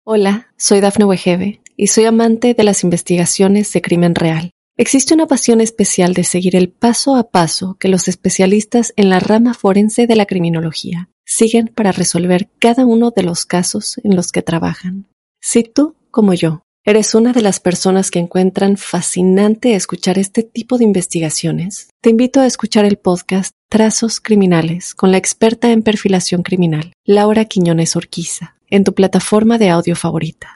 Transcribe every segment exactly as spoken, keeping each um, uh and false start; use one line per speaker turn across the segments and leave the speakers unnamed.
Hola, soy Dafne Wegebe y soy amante de las investigaciones de crimen real. Existe una pasión especial de seguir el paso a paso que los especialistas en la rama forense de la criminología siguen para resolver cada uno de los casos en los que trabajan. Si tú, como yo, eres una de las personas que encuentran fascinante escuchar este tipo de investigaciones, te invito a escuchar el podcast Trazos Criminales con la experta en perfilación criminal, Laura Quiñones Orquiza, en tu plataforma de audio favorita.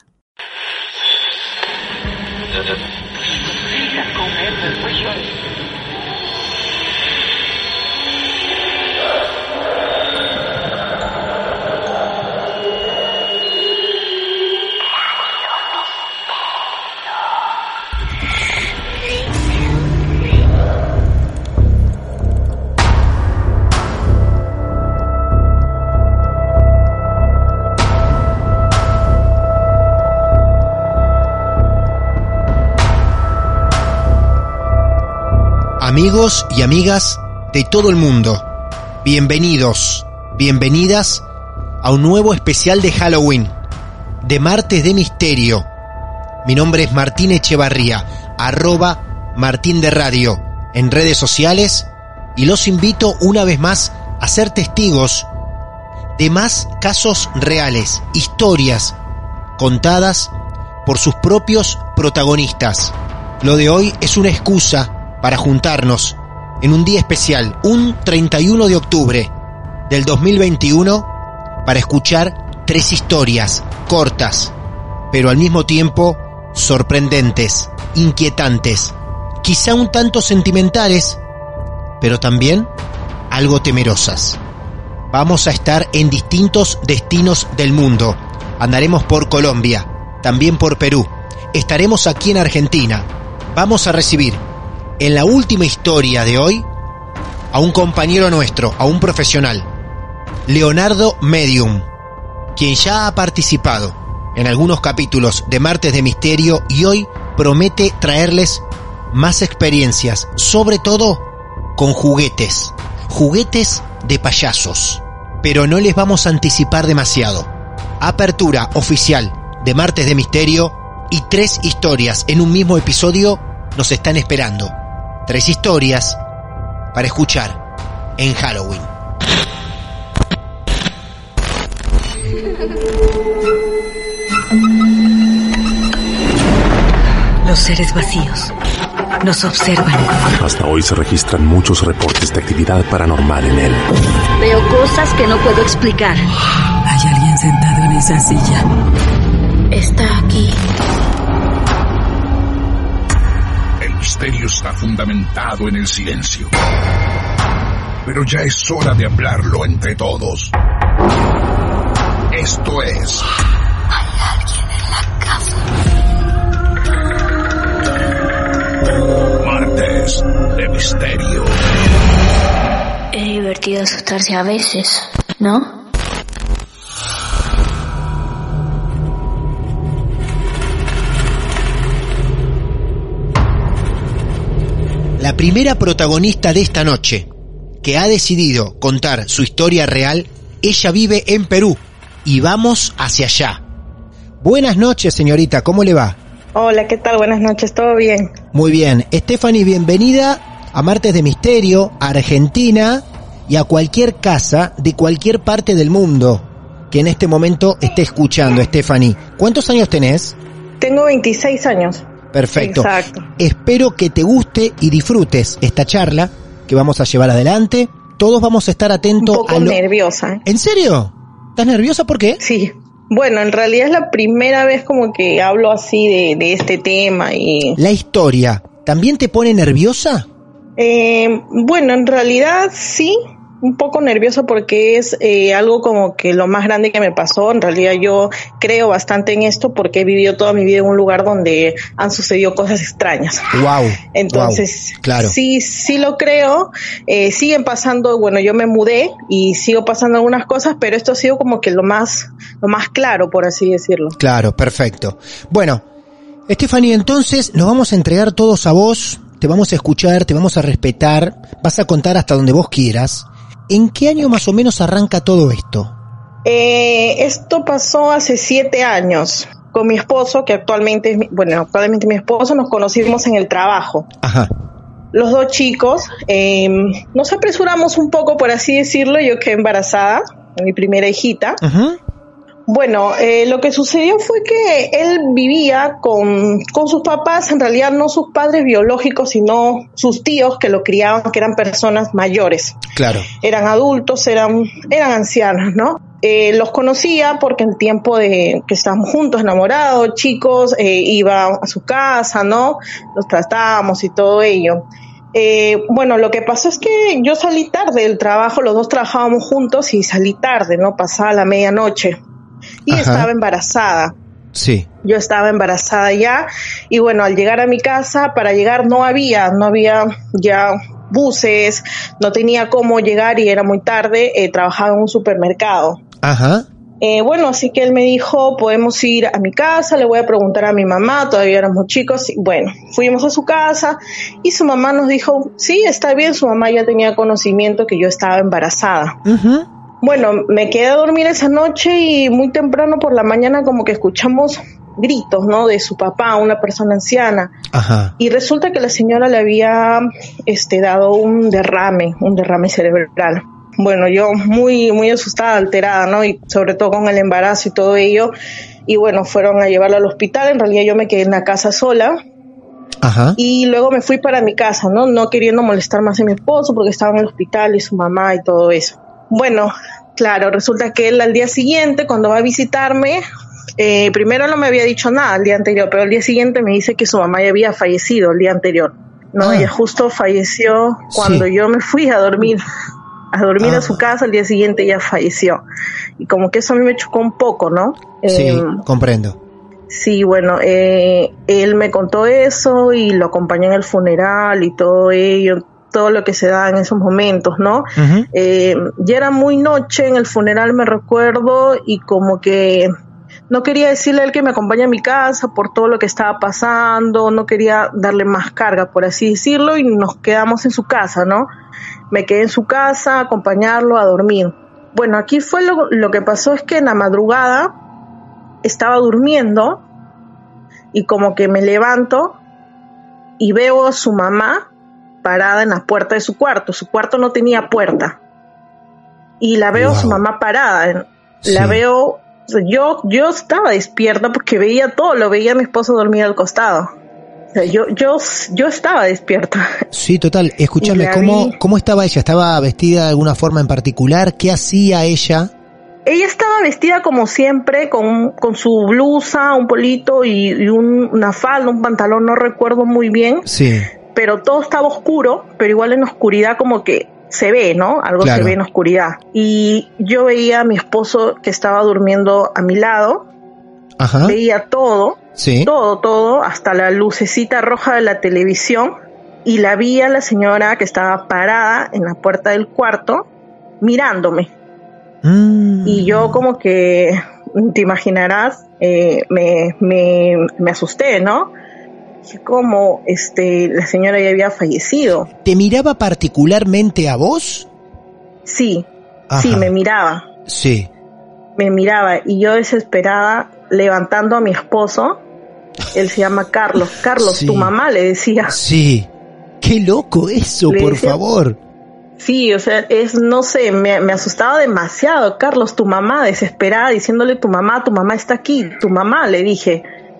Amigos y amigas de todo el mundo, bienvenidos, bienvenidas a un nuevo especial de Halloween, de Martes de Misterio. Mi nombre es Martín Echevarría, arroba Martín de Radio, en redes sociales, y los invito una vez más a ser testigos de más casos reales, historias contadas por sus propios protagonistas. Lo de hoy es una excusa para juntarnos en un día especial, un treinta y uno de octubre del dos mil veintiuno, para escuchar tres historias cortas, pero al mismo tiempo sorprendentes, inquietantes, quizá un tanto sentimentales, pero también algo temerosas. Vamos a estar en distintos destinos del mundo. Andaremos por Colombia, también por Perú. Estaremos aquí en Argentina. Vamos a recibir en la última historia de hoy a un compañero nuestro, a un profesional, Leonardo Medium, quien ya ha participado en algunos capítulos de Martes de Misterio y hoy promete traerles más experiencias, sobre todo con juguetes, juguetes de payasos. Pero no les vamos a anticipar demasiado. Apertura oficial de Martes de Misterio y tres historias en un mismo episodio nos están esperando. Tres historias para escuchar en Halloween.
Los seres vacíos nos observan.
Hasta hoy se registran muchos reportes de actividad paranormal en él.
Veo cosas que no puedo explicar.
Hay alguien sentado en esa silla.
Está aquí.
El misterio está fundamentado en el silencio. Pero ya es hora de hablarlo entre todos. Esto es...
Hay alguien en la casa.
Martes de Misterio.
Es divertido asustarse a veces, ¿no?
La primera protagonista de esta noche, que ha decidido contar su historia real, ella vive en Perú y vamos hacia allá. Buenas noches, señorita, ¿cómo le va?
Hola, ¿qué tal? Buenas noches, ¿todo bien?
Muy bien. Stephanie, bienvenida a Martes de Misterio, a Argentina y a cualquier casa de cualquier parte del mundo que en este momento esté escuchando. Stephanie, ¿cuántos años tenés?
Tengo veintiséis años.
Perfecto.
Exacto.
Espero que te guste y disfrutes esta charla que vamos a llevar adelante. Todos vamos a estar atentos.
Un poco
a lo...
nerviosa.
¿En serio? ¿Estás nerviosa? ¿Por qué?
Sí. Bueno, en realidad es la primera vez como que hablo así de, de este tema y...
La historia, ¿también te pone nerviosa?
Eh, bueno, en realidad sí. Un poco nervioso porque es eh, algo como que lo más grande que me pasó. En realidad yo creo bastante en esto porque he vivido toda mi vida en un lugar donde han sucedido cosas extrañas.
Wow.
Entonces,
wow, claro.
sí, sí lo creo. Eh, siguen pasando, bueno, yo me mudé y sigo pasando algunas cosas, pero esto ha sido como que lo más, lo más claro, por así decirlo.
Claro, perfecto. Bueno, Stephanie, entonces nos vamos a entregar todos a vos. Te vamos a escuchar, te vamos a respetar. Vas a contar hasta donde vos quieras. ¿En qué año más o menos arranca todo esto?
Eh, esto pasó hace siete años con mi esposo, que actualmente es mi, bueno, actualmente mi esposo, nos conocimos en el trabajo.
Ajá.
Los dos chicos, eh, nos apresuramos un poco, por así decirlo. Yo quedé embarazada, mi primera hijita.
Uh-huh.
Bueno, eh, lo que sucedió fue que él vivía con, con sus papás, en realidad no sus padres biológicos, sino sus tíos que lo criaban, que eran personas mayores.
Claro.
Eran adultos, eran, eran ancianos, ¿no? Eh, los conocía porque el tiempo de que estábamos juntos, enamorados, chicos, eh, iba a su casa, ¿no? Los tratábamos y todo ello. Eh, bueno, lo que pasó es que yo salí tarde del trabajo, los dos trabajábamos juntos y salí tarde, ¿no? Pasaba la medianoche. Y Ajá. estaba embarazada.
Sí.
Yo estaba embarazada ya. Y bueno, al llegar a mi casa, para llegar no había, no había ya buses, no tenía cómo llegar y era muy tarde. Eh, trabajaba en un supermercado.
Ajá.
Eh, bueno, así que él me dijo, podemos ir a mi casa, le voy a preguntar a mi mamá, todavía éramos chicos. Y bueno, fuimos a su casa y su mamá nos dijo, sí, está bien, su mamá ya tenía conocimiento que yo estaba embarazada.
Uh-huh.
Bueno, me quedé a dormir esa noche y muy temprano por la mañana como que escuchamos gritos, ¿no? De su papá, una persona anciana.
Ajá.
Y resulta que la señora le había este, dado un derrame, un derrame cerebral. Bueno, yo muy, muy asustada, alterada, ¿no? Y sobre todo con el embarazo y todo ello. Y bueno, fueron a llevarla al hospital. En realidad yo me quedé en la casa sola.
Ajá.
Y luego me fui para mi casa, ¿no? No queriendo molestar más a mi esposo porque estaba en el hospital y su mamá y todo eso. Bueno, claro, resulta que él al día siguiente, cuando va a visitarme, eh, primero no me había dicho nada el día anterior, pero al día siguiente me dice que su mamá ya había fallecido el día anterior, ¿no? Ah. Ella justo falleció cuando sí. yo me fui a dormir, a dormir ah. a su casa, al día siguiente ella falleció. Y como que eso a mí me chocó un poco, ¿no?
Sí,
eh,
comprendo.
Sí, bueno, eh, él me contó eso y lo acompañé en el funeral y todo ello, todo lo que se da en esos momentos, ¿no? Uh-huh. Eh, ya era muy noche en el funeral, me recuerdo, y como que no quería decirle a él que me acompañe a mi casa por todo lo que estaba pasando, no quería darle más carga, por así decirlo, y nos quedamos en su casa, ¿no? Me quedé en su casa, acompañarlo a dormir. Bueno, aquí fue lo, lo que pasó es que en la madrugada estaba durmiendo y como que me levanto y veo a su mamá parada en la puerta de su cuarto. Su cuarto no tenía puerta. Y la veo wow. su mamá parada. La sí. veo... Yo, yo estaba despierta porque veía todo. Lo veía a mi esposo dormir al costado. O sea, yo, yo, yo estaba despierta.
Sí, total. Escúchame, ¿cómo, ¿cómo estaba ella? ¿Estaba vestida de alguna forma en particular? ¿Qué hacía ella?
Ella estaba vestida como siempre, con, con su blusa, un polito y, y un, una falda, un pantalón, no recuerdo muy bien.
Sí.
Pero todo estaba oscuro, pero igual en oscuridad como que se ve, ¿no? Algo claro. se ve en oscuridad. Y yo veía a mi esposo que estaba durmiendo a mi lado.
Ajá.
Veía todo,
sí.
todo, todo, hasta la lucecita roja de la televisión. Y la vi a la señora que estaba parada en la puerta del cuarto, mirándome. Mm. Y yo como que, te imaginarás, eh, me, me, me asusté, ¿no? Como este la señora ya había fallecido.
¿Te miraba particularmente a vos?
Sí,
Ajá.
sí, me miraba.
Sí.
Me miraba y yo desesperada levantando a mi esposo. Él se llama Carlos. Carlos, sí. tu mamá, le decía.
Sí. Qué loco eso, le por decía, favor.
Sí, o sea, es, no sé, me, me asustaba demasiado. Carlos, tu mamá, desesperada, diciéndole tu mamá, tu mamá está aquí, tu mamá, le dije.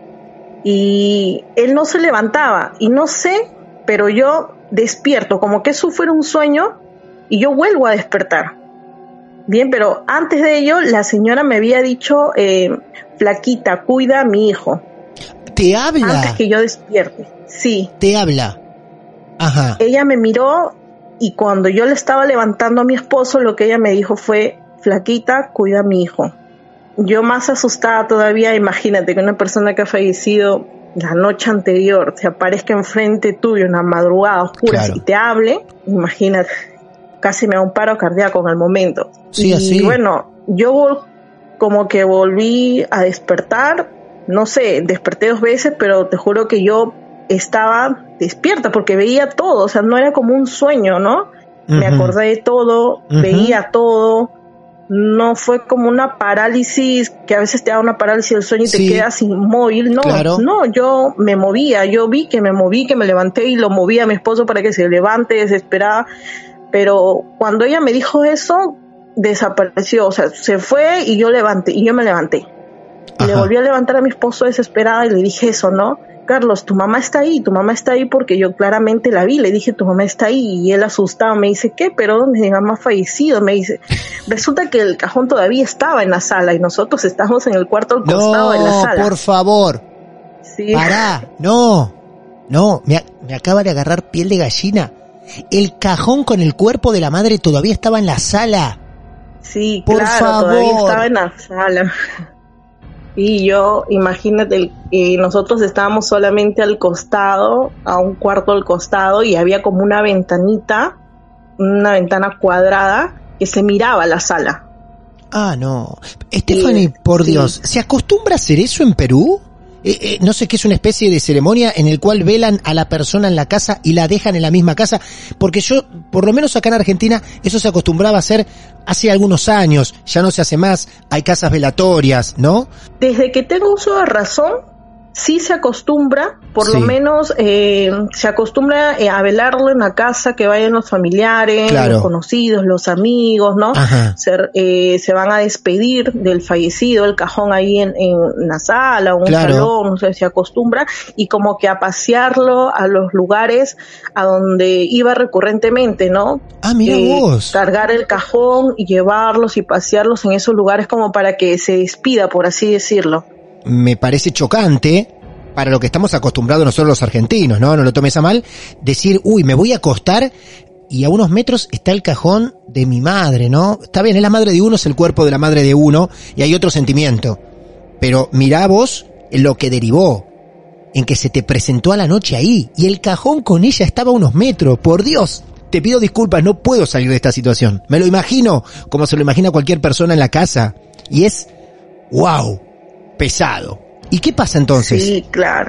Y él no se levantaba, y no sé, pero yo despierto, como que eso fuera un sueño, y yo vuelvo a despertar. Bien, pero antes de ello, la señora me había dicho, eh, flaquita, cuida a mi hijo.
¿Te habla?
Antes que yo despierte, sí.
¿Te habla? Ajá.
Ella me miró, y cuando yo le estaba levantando a mi esposo, lo que ella me dijo fue, flaquita, cuida a mi hijo. Yo más asustada todavía, imagínate que una persona que ha fallecido la noche anterior se aparezca enfrente tuyo en la madrugada oscura claro. y te hable, imagínate, casi me da un paro cardíaco en el momento.
Sí,
y
así.
bueno, yo como que volví a despertar, no sé, desperté dos veces, pero te juro que yo estaba despierta porque veía todo, o sea, no era como un sueño, ¿no? Uh-huh. Me acordé de todo, uh-huh. veía todo. no fue como una parálisis, que a veces te da una parálisis del sueño y sí. te quedas inmóvil, no, claro. no, yo me movía, yo vi que me moví, que me levanté y lo movía a mi esposo para que se levante desesperada, pero cuando ella me dijo eso, desapareció, o sea, se fue y yo levanté, y yo me levanté. Y Ajá. le volví a levantar a mi esposo desesperada y le dije eso, ¿no? Carlos, tu mamá está ahí, tu mamá está ahí porque yo claramente la vi, le dije, tu mamá está ahí, y él asustado me dice, ¿qué? ¿Pero dónde? Mi mamá ha fallecido, me dice. Resulta que el cajón todavía estaba en la sala y nosotros estamos en el cuarto al costado
no,
de la sala.
No, por favor, sí. Pará, no, no, me, me acaba de agarrar piel de gallina. El cajón con el cuerpo de la madre todavía estaba en la sala.
Sí,
por
claro,
favor.
todavía estaba en la sala. Y yo, imagínate, eh, nosotros estábamos solamente al costado, a un cuarto al costado, y había como una ventanita, una ventana cuadrada, que se miraba a la sala.
Ah, no. Stephanie, por sí. Dios, ¿se acostumbra a hacer eso en Perú? Eh, eh, no sé qué es una especie de ceremonia en el cual velan a la persona en la casa y la dejan en la misma casa, porque yo, por lo menos acá en Argentina, eso se acostumbraba a hacer hace algunos años, ya no se hace más, hay casas velatorias, ¿no?
Desde que tengo uso de razón, sí se acostumbra, por sí. lo menos eh, se acostumbra eh, a velarlo en la casa, que vayan los familiares, claro. los conocidos, los amigos, ¿no? Se, eh, se van a despedir del fallecido, el cajón ahí en, en la sala o un claro. salón, no sé, se acostumbra, y como que a pasearlo a los lugares a donde iba recurrentemente, ¿no?
Ah, mira eh, vos.
Cargar el cajón y llevarlos y pasearlos en esos lugares como para que se despida, por así decirlo.
Me parece chocante, para lo que estamos acostumbrados nosotros los argentinos, ¿no? No lo tomes a mal, decir, uy, me voy a acostar y a unos metros está el cajón de mi madre, ¿no? Está bien, es la madre de uno, es el cuerpo de la madre de uno, y hay otro sentimiento. Pero mirá vos en lo que derivó, en que se te presentó a la noche ahí, y el cajón con ella estaba a unos metros, por Dios. Te pido disculpas, no puedo salir de esta situación. Me lo imagino como se lo imagina cualquier persona en la casa, y es, wow. Pesado. ¿Y qué pasa entonces?
Sí, claro.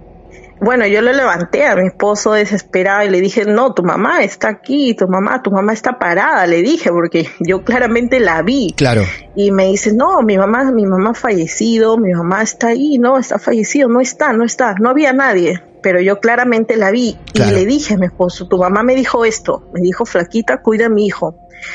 Bueno, yo le levanté a mi esposo desesperado y le dije, no, tu mamá está aquí, tu mamá, tu mamá está parada, le dije, porque yo claramente la vi.
Claro.
Y me dice, no, mi mamá, mi mamá ha fallecido, mi mamá está ahí, no, está fallecido, no está, no está, no había nadie. Pero yo claramente la vi claro. y le dije a mi esposo, tu mamá me dijo esto, me dijo, flaquita, cuida a mi hijo.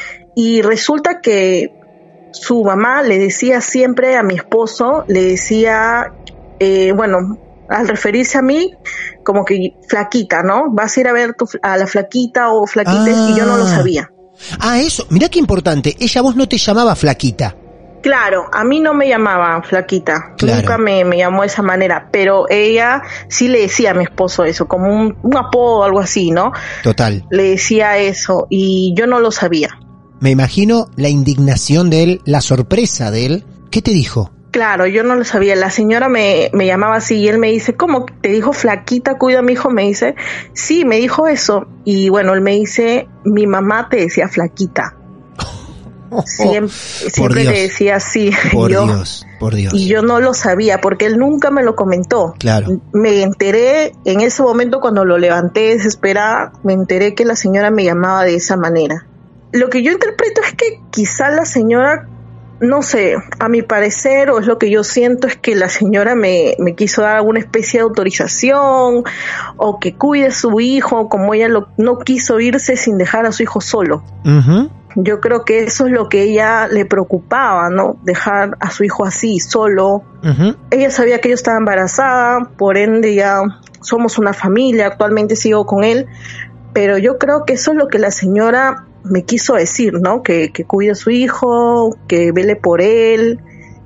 Y resulta que su mamá le decía siempre a mi esposo, le decía, eh, bueno, al referirse a mí, como que flaquita, ¿no? Vas a ir a ver tu, a la flaquita o flaquita, ah, y yo no lo sabía.
Ah, eso, mirá qué importante, ella vos no te llamaba flaquita.
Claro, a mí no me llamaba flaquita, claro. nunca me, me llamó de esa manera, pero ella sí le decía a mi esposo eso, como un, un apodo o algo así, ¿no?
Total.
Le decía eso, y yo no lo sabía.
Me imagino la indignación de él, la sorpresa de él. ¿Qué te dijo?
Claro, yo no lo sabía. La señora me, me llamaba así y él me dice, ¿cómo te dijo flaquita, cuida a mi hijo? Me dice, sí, me dijo eso. Y bueno, él me dice, mi mamá te decía flaquita. Siempre, siempre le decía así.
Por
yo,
Dios, por Dios.
Y yo no lo sabía porque él nunca me lo comentó.
Claro.
Me enteré en ese momento cuando lo levanté desesperada, me enteré que la señora me llamaba de esa manera. Lo que yo interpreto es que quizá la señora, no sé, a mi parecer, o es lo que yo siento, es que la señora me, me quiso dar alguna especie de autorización, o que cuide a su hijo, como ella lo, no quiso irse sin dejar a su hijo solo.
Uh-huh.
Yo creo que eso es lo que ella le preocupaba, ¿no? Dejar a su hijo así, solo. Uh-huh. Ella sabía que yo estaba embarazada, por ende ya somos una familia, actualmente sigo con él, pero yo creo que eso es lo que la señora me quiso decir, ¿no? Que, que cuide a su hijo, que vele por él.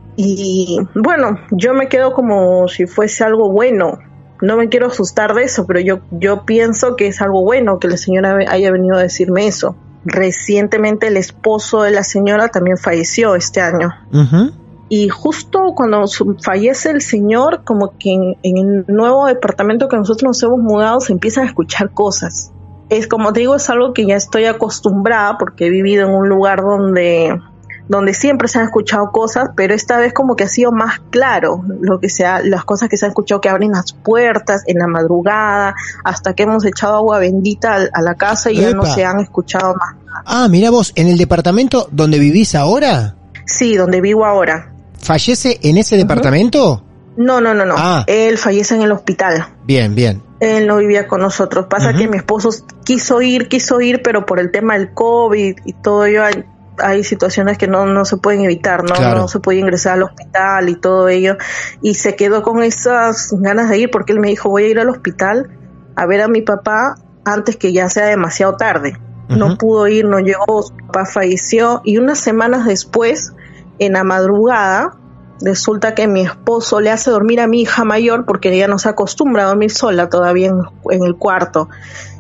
Y bueno, yo me quedo como si fuese algo bueno. No me quiero asustar de eso, pero yo, yo pienso que es algo bueno que la señora haya venido a decirme eso. Recientemente el esposo de la señora también falleció este año. Uh-huh. Y justo cuando fallece el señor, como que en, en el nuevo departamento que nosotros nos hemos mudado, se empiezan a escuchar cosas. Es como te digo, es algo que ya estoy acostumbrada porque he vivido en un lugar donde donde siempre se han escuchado cosas, pero esta vez como que ha sido más claro lo que sea, las cosas que se han escuchado, que abren las puertas en la madrugada, hasta que hemos echado agua bendita a, a la casa y
¡Epa!
Ya no se han escuchado más.
Ah, mira vos, ¿en el departamento donde vivís ahora?
Sí, donde vivo ahora.
¿Fallece en ese uh-huh. departamento?
No, no, no, no.
Ah.
Él fallece en el hospital.
Bien, bien.
Él no vivía con nosotros. Pasa uh-huh. que mi esposo quiso ir, quiso ir, pero por el tema del COVID y todo ello hay, hay situaciones que no, no se pueden evitar, ¿no? Claro. No se puede ingresar al hospital y todo ello. Y se quedó con esas ganas de ir porque él me dijo, voy a ir al hospital a ver a mi papá antes que ya sea demasiado tarde. Uh-huh. No pudo ir, no llegó, su papá falleció y unas semanas después, en la madrugada, resulta que mi esposo le hace dormir a mi hija mayor porque ella no se acostumbra a dormir sola todavía en, en el cuarto.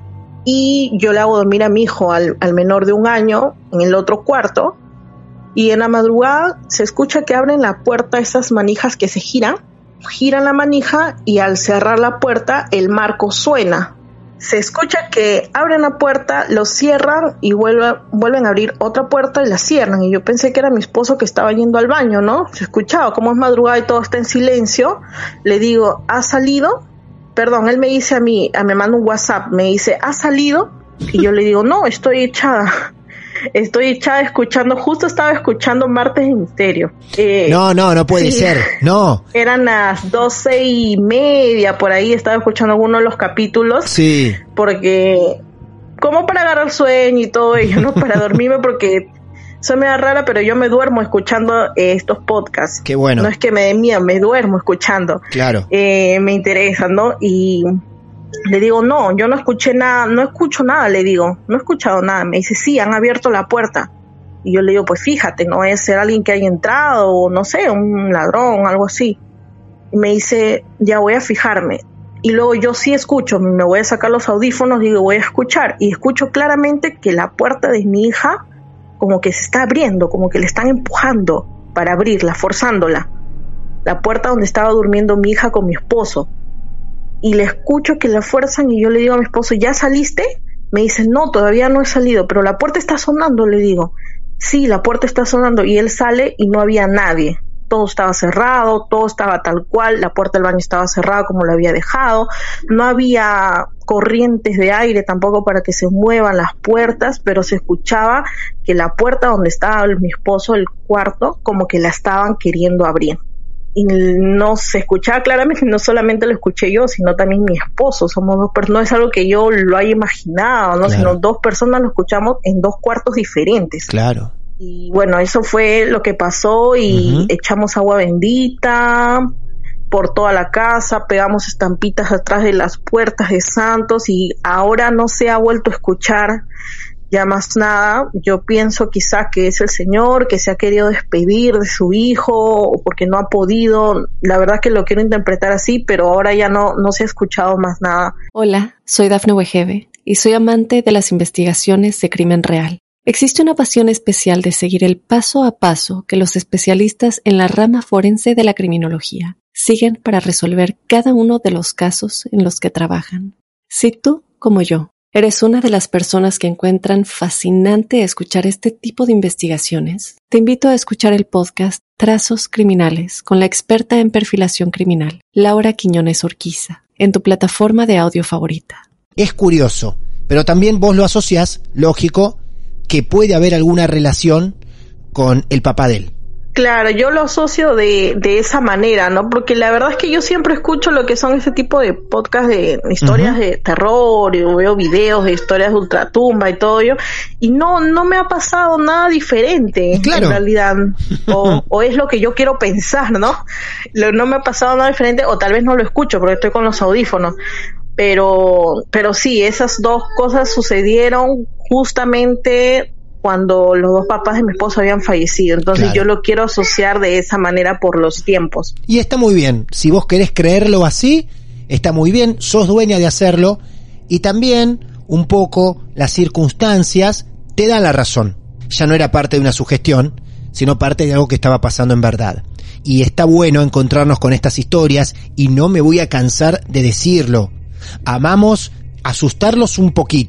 Y yo le hago dormir a mi hijo, al, al menor de un año, en el otro cuarto. Y en la madrugada se escucha que abren la puerta esas manijas que se giran. Giran la manija y al cerrar la puerta el marco suena. Se escucha que abren la puerta, lo cierran y vuelve, vuelven a abrir otra puerta y la cierran. Y yo pensé que era mi esposo que estaba yendo al baño, ¿no? Se escuchaba, como es madrugada y todo está en silencio. Le digo, ¿ha salido? Perdón, él me dice a mí, me manda un WhatsApp, me dice, ¿ha salido? Y yo le digo, no, estoy echada. Estoy echada escuchando, justo estaba escuchando Martes de Misterio. Eh,
no, no, no puede sí, ser, no.
Eran las doce y media, por ahí estaba escuchando alguno de los capítulos.
Sí.
Porque, como para agarrar sueño y todo ello, ¿no? Para dormirme, porque soy media rara, pero yo me duermo escuchando eh, estos podcasts.
Qué bueno.
No es que me dé miedo, me duermo escuchando.
Claro.
Eh, me interesan, ¿no? Y le digo, no, yo no escuché nada, no escucho nada, le digo, no he escuchado nada. Me dice, sí, han abierto la puerta. Y yo le digo, pues fíjate, no es ser alguien que haya entrado, o no sé, un ladrón, algo así. Y me dice, ya voy a fijarme. Y luego yo sí escucho, me voy a sacar los audífonos, digo, voy a escuchar. Y escucho claramente que la puerta de mi hija como que se está abriendo, como que le están empujando para abrirla, forzándola. La puerta donde estaba durmiendo mi hija con mi esposo. Y le escucho que la fuerzan y yo le digo a mi esposo, ¿ya saliste? Me dice, no, todavía no he salido, pero la puerta está sonando, le digo. Sí, la puerta está sonando. Y él sale y no había nadie. Todo estaba cerrado, todo estaba tal cual, la puerta del baño estaba cerrada como la había dejado. No había corrientes de aire tampoco para que se muevan las puertas, pero se escuchaba que la puerta donde estaba mi esposo, el cuarto, como que la estaban queriendo abrir. Y no se escuchaba claramente, no solamente lo escuché yo, sino también mi esposo. Somos dos personas, no es algo que yo lo haya imaginado, ¿no? Claro. Sino dos personas lo escuchamos en dos cuartos diferentes.
Claro.
Y bueno, eso fue lo que pasó y uh-huh. echamos agua bendita por toda la casa, pegamos estampitas atrás de las puertas de santos y ahora no se ha vuelto a escuchar ya más nada. Yo pienso quizá que es el Señor que se ha querido despedir de su hijo o porque no ha podido. La verdad que lo quiero interpretar así, pero ahora ya no, no se ha escuchado más nada.
Hola, soy Dafne Wegebe y soy amante de las investigaciones de crimen real. Existe una pasión especial de seguir el paso a paso que los especialistas en la rama forense de la criminología siguen para resolver cada uno de los casos en los que trabajan. Si tú, como yo, ¿eres una de las personas que encuentran fascinante escuchar este tipo de investigaciones? Te invito a escuchar el podcast Trazos Criminales con la experta en perfilación criminal, Laura Quiñones Orquiza, en tu plataforma de audio favorita.
Es curioso, pero también vos lo asociás, lógico, que puede haber alguna relación con el papá de él.
Claro, yo lo asocio de, de esa manera, ¿no? Porque la verdad es que yo siempre escucho lo que son ese tipo de podcasts de historias uh-huh. de terror, y veo videos de historias de ultratumba y todo ello, y no, no me ha pasado nada diferente, claro. En realidad, o, o es lo que yo quiero pensar, ¿no? No me ha pasado nada diferente, o tal vez no lo escucho porque estoy con los audífonos, pero, pero sí, esas dos cosas sucedieron justamente cuando los dos papás de mi esposo habían fallecido. Entonces claro. Yo lo quiero asociar de esa manera por los tiempos.
Y está muy bien. Si vos querés creerlo así, está muy bien. Sos dueña de hacerlo. Y también, un poco, las circunstancias te dan la razón. Ya no era parte de una sugestión, sino parte de algo que estaba pasando en verdad. Y está bueno encontrarnos con estas historias, y no me voy a cansar de decirlo. Amamos asustarlos un poquito,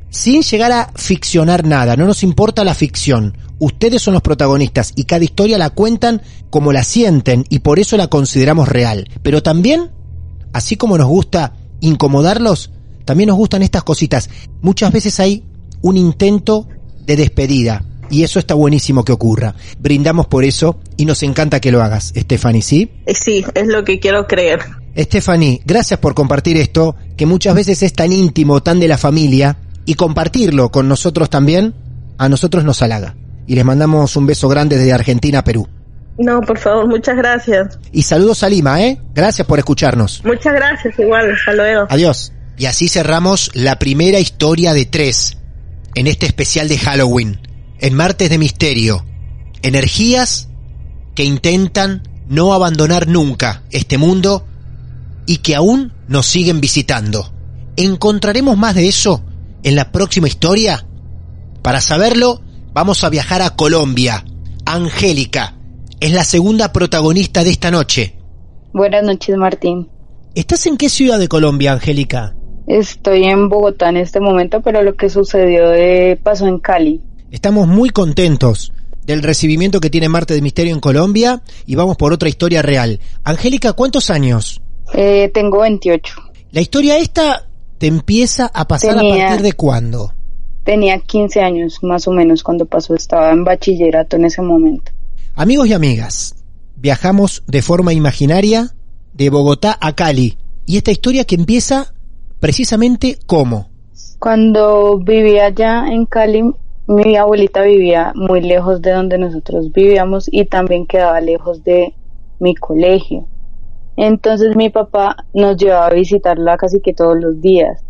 sin llegar a ficcionar nada, no nos importa la ficción. Ustedes son los protagonistas y cada historia la cuentan como la sienten y por eso la consideramos real. Pero también, así como nos gusta incomodarlos, también nos gustan estas cositas. Muchas veces hay un intento de despedida y eso está buenísimo que ocurra. Brindamos por eso y nos encanta que lo hagas, Stephanie, ¿sí?
Sí, es lo que quiero creer.
Stephanie, gracias por compartir esto, que muchas veces es tan íntimo, tan de la familia, y compartirlo con nosotros también, a nosotros nos halaga. Y les mandamos un beso grande desde Argentina a Perú.
No, por favor, muchas gracias.
Y saludos a Lima, ¿eh? Gracias por escucharnos.
Muchas gracias, igual, hasta luego.
Adiós. Y así cerramos la primera historia de tres en este especial de Halloween, en Martes de Misterio. Energías que intentan no abandonar nunca este mundo y que aún nos siguen visitando. ¿Encontraremos más de eso en la próxima historia? Para saberlo, vamos a viajar a Colombia. Angélica es la segunda protagonista de esta noche.
Buenas noches, Martín.
¿Estás en qué ciudad de Colombia, Angélica?
Estoy en Bogotá en este momento, pero lo que sucedió de pasó en Cali.
Estamos muy contentos del recibimiento que tiene Martes de Misterio en Colombia y vamos por otra historia real. Angélica, ¿cuántos años?
Eh, tengo veintiocho.
La historia esta te empieza a pasar Tenía... a partir de ¿cuándo?
Tenía quince años más o menos cuando pasó, estaba en bachillerato en ese momento.
Amigos y amigas, viajamos de forma imaginaria de Bogotá a Cali. Y esta historia que empieza precisamente ¿cómo?
Cuando vivía allá en Cali, mi abuelita vivía muy lejos de donde nosotros vivíamos y también quedaba lejos de mi colegio. Entonces mi papá nos llevaba a visitarla casi que todos los días.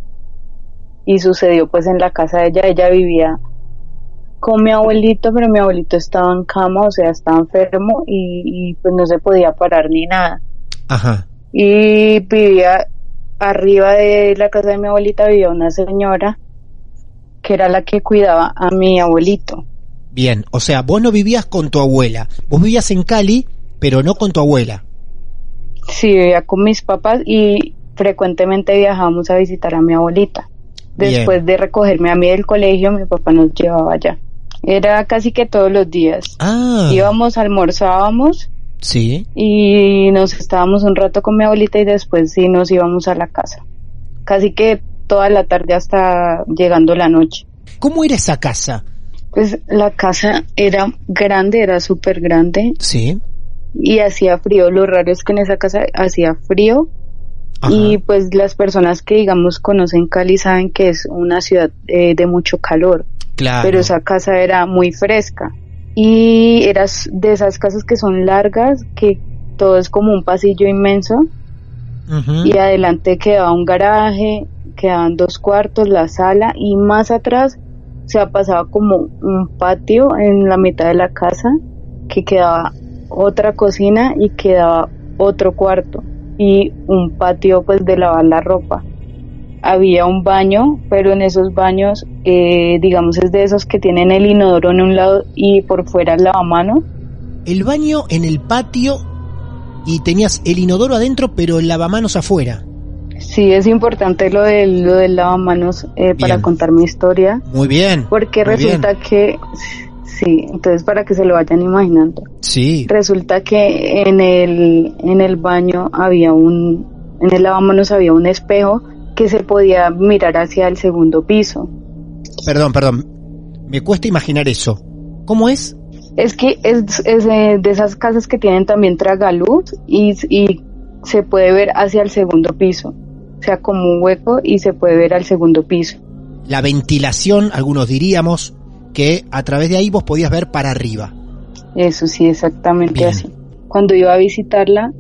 Y sucedió pues en la casa de ella, ella vivía con mi abuelito, pero mi abuelito estaba en cama, o sea, estaba enfermo y, y pues no se podía parar ni nada.
Ajá.
Y vivía arriba de la casa de mi abuelita, vivía una señora que era la que cuidaba a mi abuelito.
Bien, o sea, vos no vivías con tu abuela, vos vivías en Cali, pero no con tu abuela.
Sí, vivía con mis papás y frecuentemente viajábamos a visitar a mi abuelita. Después Bien. de recogerme a mí del colegio, mi papá nos llevaba allá. Era casi que todos los días.
Ah.
Íbamos, almorzábamos.
Sí.
Y nos estábamos un rato con mi abuelita y después sí nos íbamos a la casa. Casi que toda la tarde hasta llegando la noche.
¿Cómo era esa casa?
Pues la casa era grande, era súper grande.
Sí.
Y hacía frío. Lo raro es que en esa casa hacía frío. Ajá. Y pues las personas que digamos conocen Cali saben que es una ciudad eh, de mucho calor.
Claro.
Pero esa casa era muy fresca. Y era de esas casas que son largas, que todo es como un pasillo inmenso. Uh-huh. Y adelante quedaba un garaje, quedaban dos cuartos, la sala, y más atrás se pasaba como un patio en la mitad de la casa, que quedaba otra cocina y quedaba otro cuarto y un patio pues de lavar la ropa. Había un baño, pero en esos baños eh, digamos es de esos que tienen el inodoro en un lado y por fuera el lavamanos.
El baño en el patio y tenías el inodoro adentro pero el lavamanos afuera.
Sí, es importante lo del, lo del lavamanos eh, para contar mi historia.
Muy bien.
Porque
muy
resulta
bien.
que sí, entonces para que se lo vayan imaginando.
Sí.
Resulta que en el en el baño había un en el lavamanos había un espejo que se podía mirar hacia el segundo piso.
Perdón, perdón. Me cuesta imaginar eso. ¿Cómo es?
Es que es, es de esas casas que tienen también tragaluz y, y se puede ver hacia el segundo piso. O sea, como un hueco y se puede ver al segundo piso.
La ventilación, algunos diríamos, que a través de ahí vos podías ver para arriba.
Eso sí, exactamente. Bien. Así. Cuando iba a visitarla,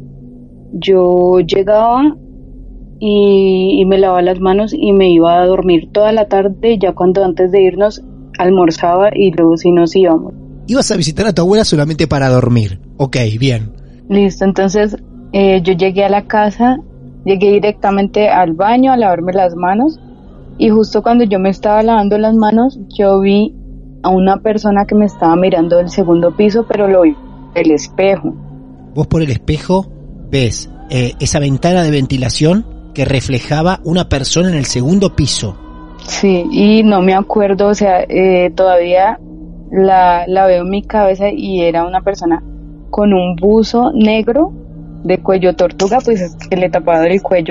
yo llegaba y, y me lavaba las manos y me iba a dormir toda la tarde, y ya cuando antes de irnos almorzaba y luego sí nos íbamos.
Ibas a visitar a tu abuela solamente para dormir. Ok, bien.
Listo, entonces eh, yo llegué a la casa, llegué directamente al baño a lavarme las manos y justo cuando yo me estaba lavando las manos yo vi a una persona que me estaba mirando del segundo piso, pero lo vi por el espejo.
Vos por el espejo ves eh, esa ventana de ventilación que reflejaba una persona en el segundo piso.
Sí, y no me acuerdo, o sea, eh, todavía la, la veo en mi cabeza y era una persona con un buzo negro de cuello tortuga, pues que le tapaba el cuello,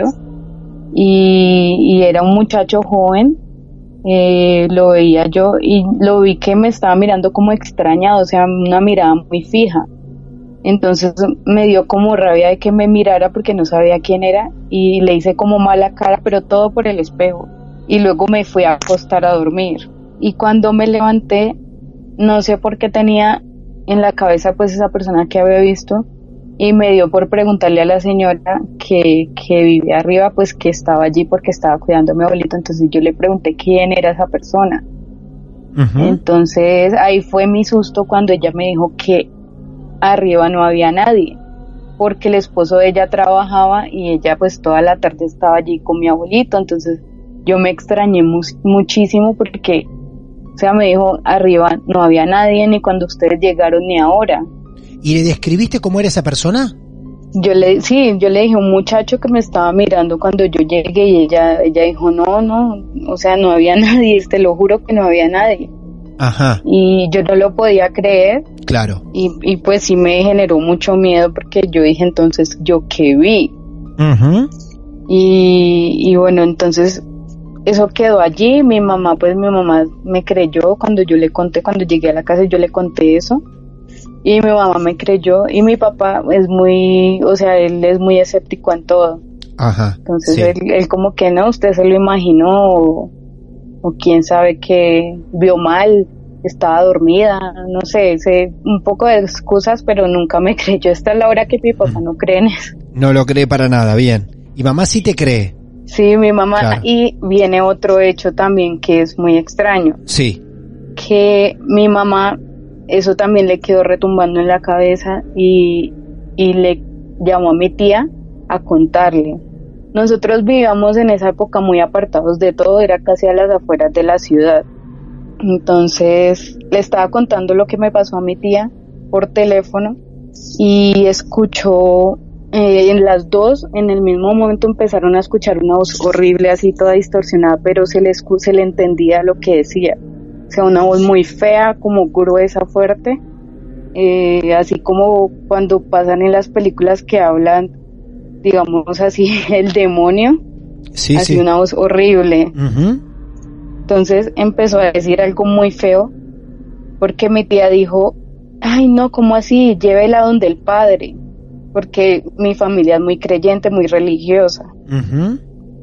y, y era un muchacho joven, eh, lo veía yo y lo vi que me estaba mirando como extrañado, o sea, una mirada muy fija. Entonces me dio como rabia de que me mirara porque no sabía quién era y le hice como mala cara, pero todo por el espejo. Y luego me fui a acostar a dormir. Y cuando me levanté, no sé por qué tenía en la cabeza pues esa persona que había visto, y me dio por preguntarle a la señora que, que vivía arriba, pues que estaba allí porque estaba cuidando a mi abuelito. Entonces yo le pregunté quién era esa persona. Uh-huh. Entonces ahí fue mi susto cuando ella me dijo que arriba no había nadie, porque el esposo de ella trabajaba y ella pues toda la tarde estaba allí con mi abuelito. Entonces yo me extrañé mu- muchísimo porque, o sea, me dijo, arriba no había nadie, ni cuando ustedes llegaron, ni ahora.
¿Y le describiste cómo era esa persona?
Yo le, sí, yo le dije, un muchacho que me estaba mirando cuando yo llegué, y ella, ella dijo, no, no, o sea, no había nadie, te lo juro que no había nadie.
Ajá.
Y yo no lo podía creer.
Claro.
Y, y pues sí me generó mucho miedo porque yo dije, entonces, ¿yo qué vi?
Uh-huh.
Y, y bueno, entonces eso quedó allí. Mi mamá, pues mi mamá me creyó cuando yo le conté, cuando llegué a la casa yo le conté eso, y mi mamá me creyó, y mi papá es muy, o sea, él es muy escéptico en todo.
Ajá.
Entonces
sí.
él, él como que no, usted se lo imaginó, o, o quién sabe que vio mal, estaba dormida, no sé, sé un poco de excusas, pero nunca me creyó. Esta es la hora que mi papá mm. no cree en eso.
No lo cree para nada, bien. ¿Y mamá sí te cree?
Sí, mi mamá. Claro. Y viene otro hecho también que es muy extraño.
Sí.
Que mi mamá, eso también le quedó retumbando en la cabeza, y, y le llamó a mi tía a contarle. Nosotros vivíamos en esa época muy apartados de todo, era casi a las afueras de la ciudad. Entonces le estaba contando lo que me pasó a mi tía por teléfono, y escuchó, eh, en las dos, en el mismo momento empezaron a escuchar una voz horrible, así toda distorsionada, pero se le, se le entendía lo que decía. O sea, una voz muy fea, como gruesa, fuerte, eh, así como cuando pasan en las películas que hablan, digamos así, el demonio,
sí,
así
sí.
Una voz horrible.
Uh-huh.
Entonces empezó a decir algo muy feo, porque mi tía dijo, ay no, ¿cómo así? Llévela donde el padre, porque mi familia es muy creyente, muy religiosa.
Uh-huh.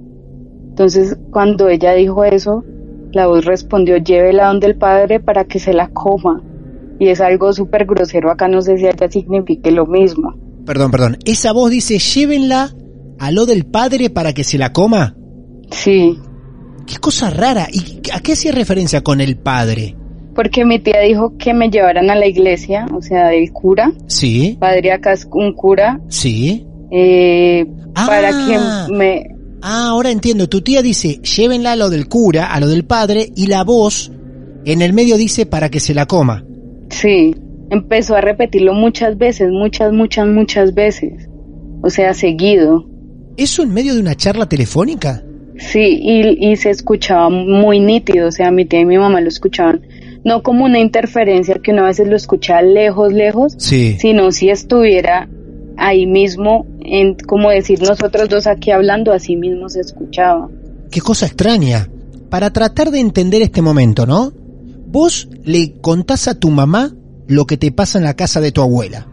Entonces cuando ella dijo eso, la voz respondió, llévela donde el padre para que se la coma. Y es algo súper grosero, acá no sé si allá signifique lo mismo.
Perdón, perdón, esa voz dice, llévenla a lo del padre para que se la coma.
Sí.
Qué cosa rara. ¿Y a qué hacía referencia con el padre?
Porque mi tía dijo que me llevaran a la iglesia, o sea, del cura.
Sí.
Padre acá es un cura.
Sí.
Eh,
ah.
Para que me...
Ah, ahora entiendo. Tu tía dice, llévenla a lo del cura, a lo del padre, y la voz en el medio dice, para que se la coma.
Sí. Empezó a repetirlo muchas veces, muchas, muchas, muchas veces. O sea, seguido.
¿Eso en medio de una charla telefónica?
Sí, y, y se escuchaba muy nítido, o sea, mi tía y mi mamá lo escuchaban, no como una interferencia que uno a veces lo escuchaba lejos, lejos,
sí.
Sino si estuviera ahí mismo, en, como decir nosotros dos aquí hablando, así mismo se escuchaba.
Qué cosa extraña. Para tratar de entender este momento, ¿no? Vos le contás a tu mamá lo que te pasa en la casa de tu abuela.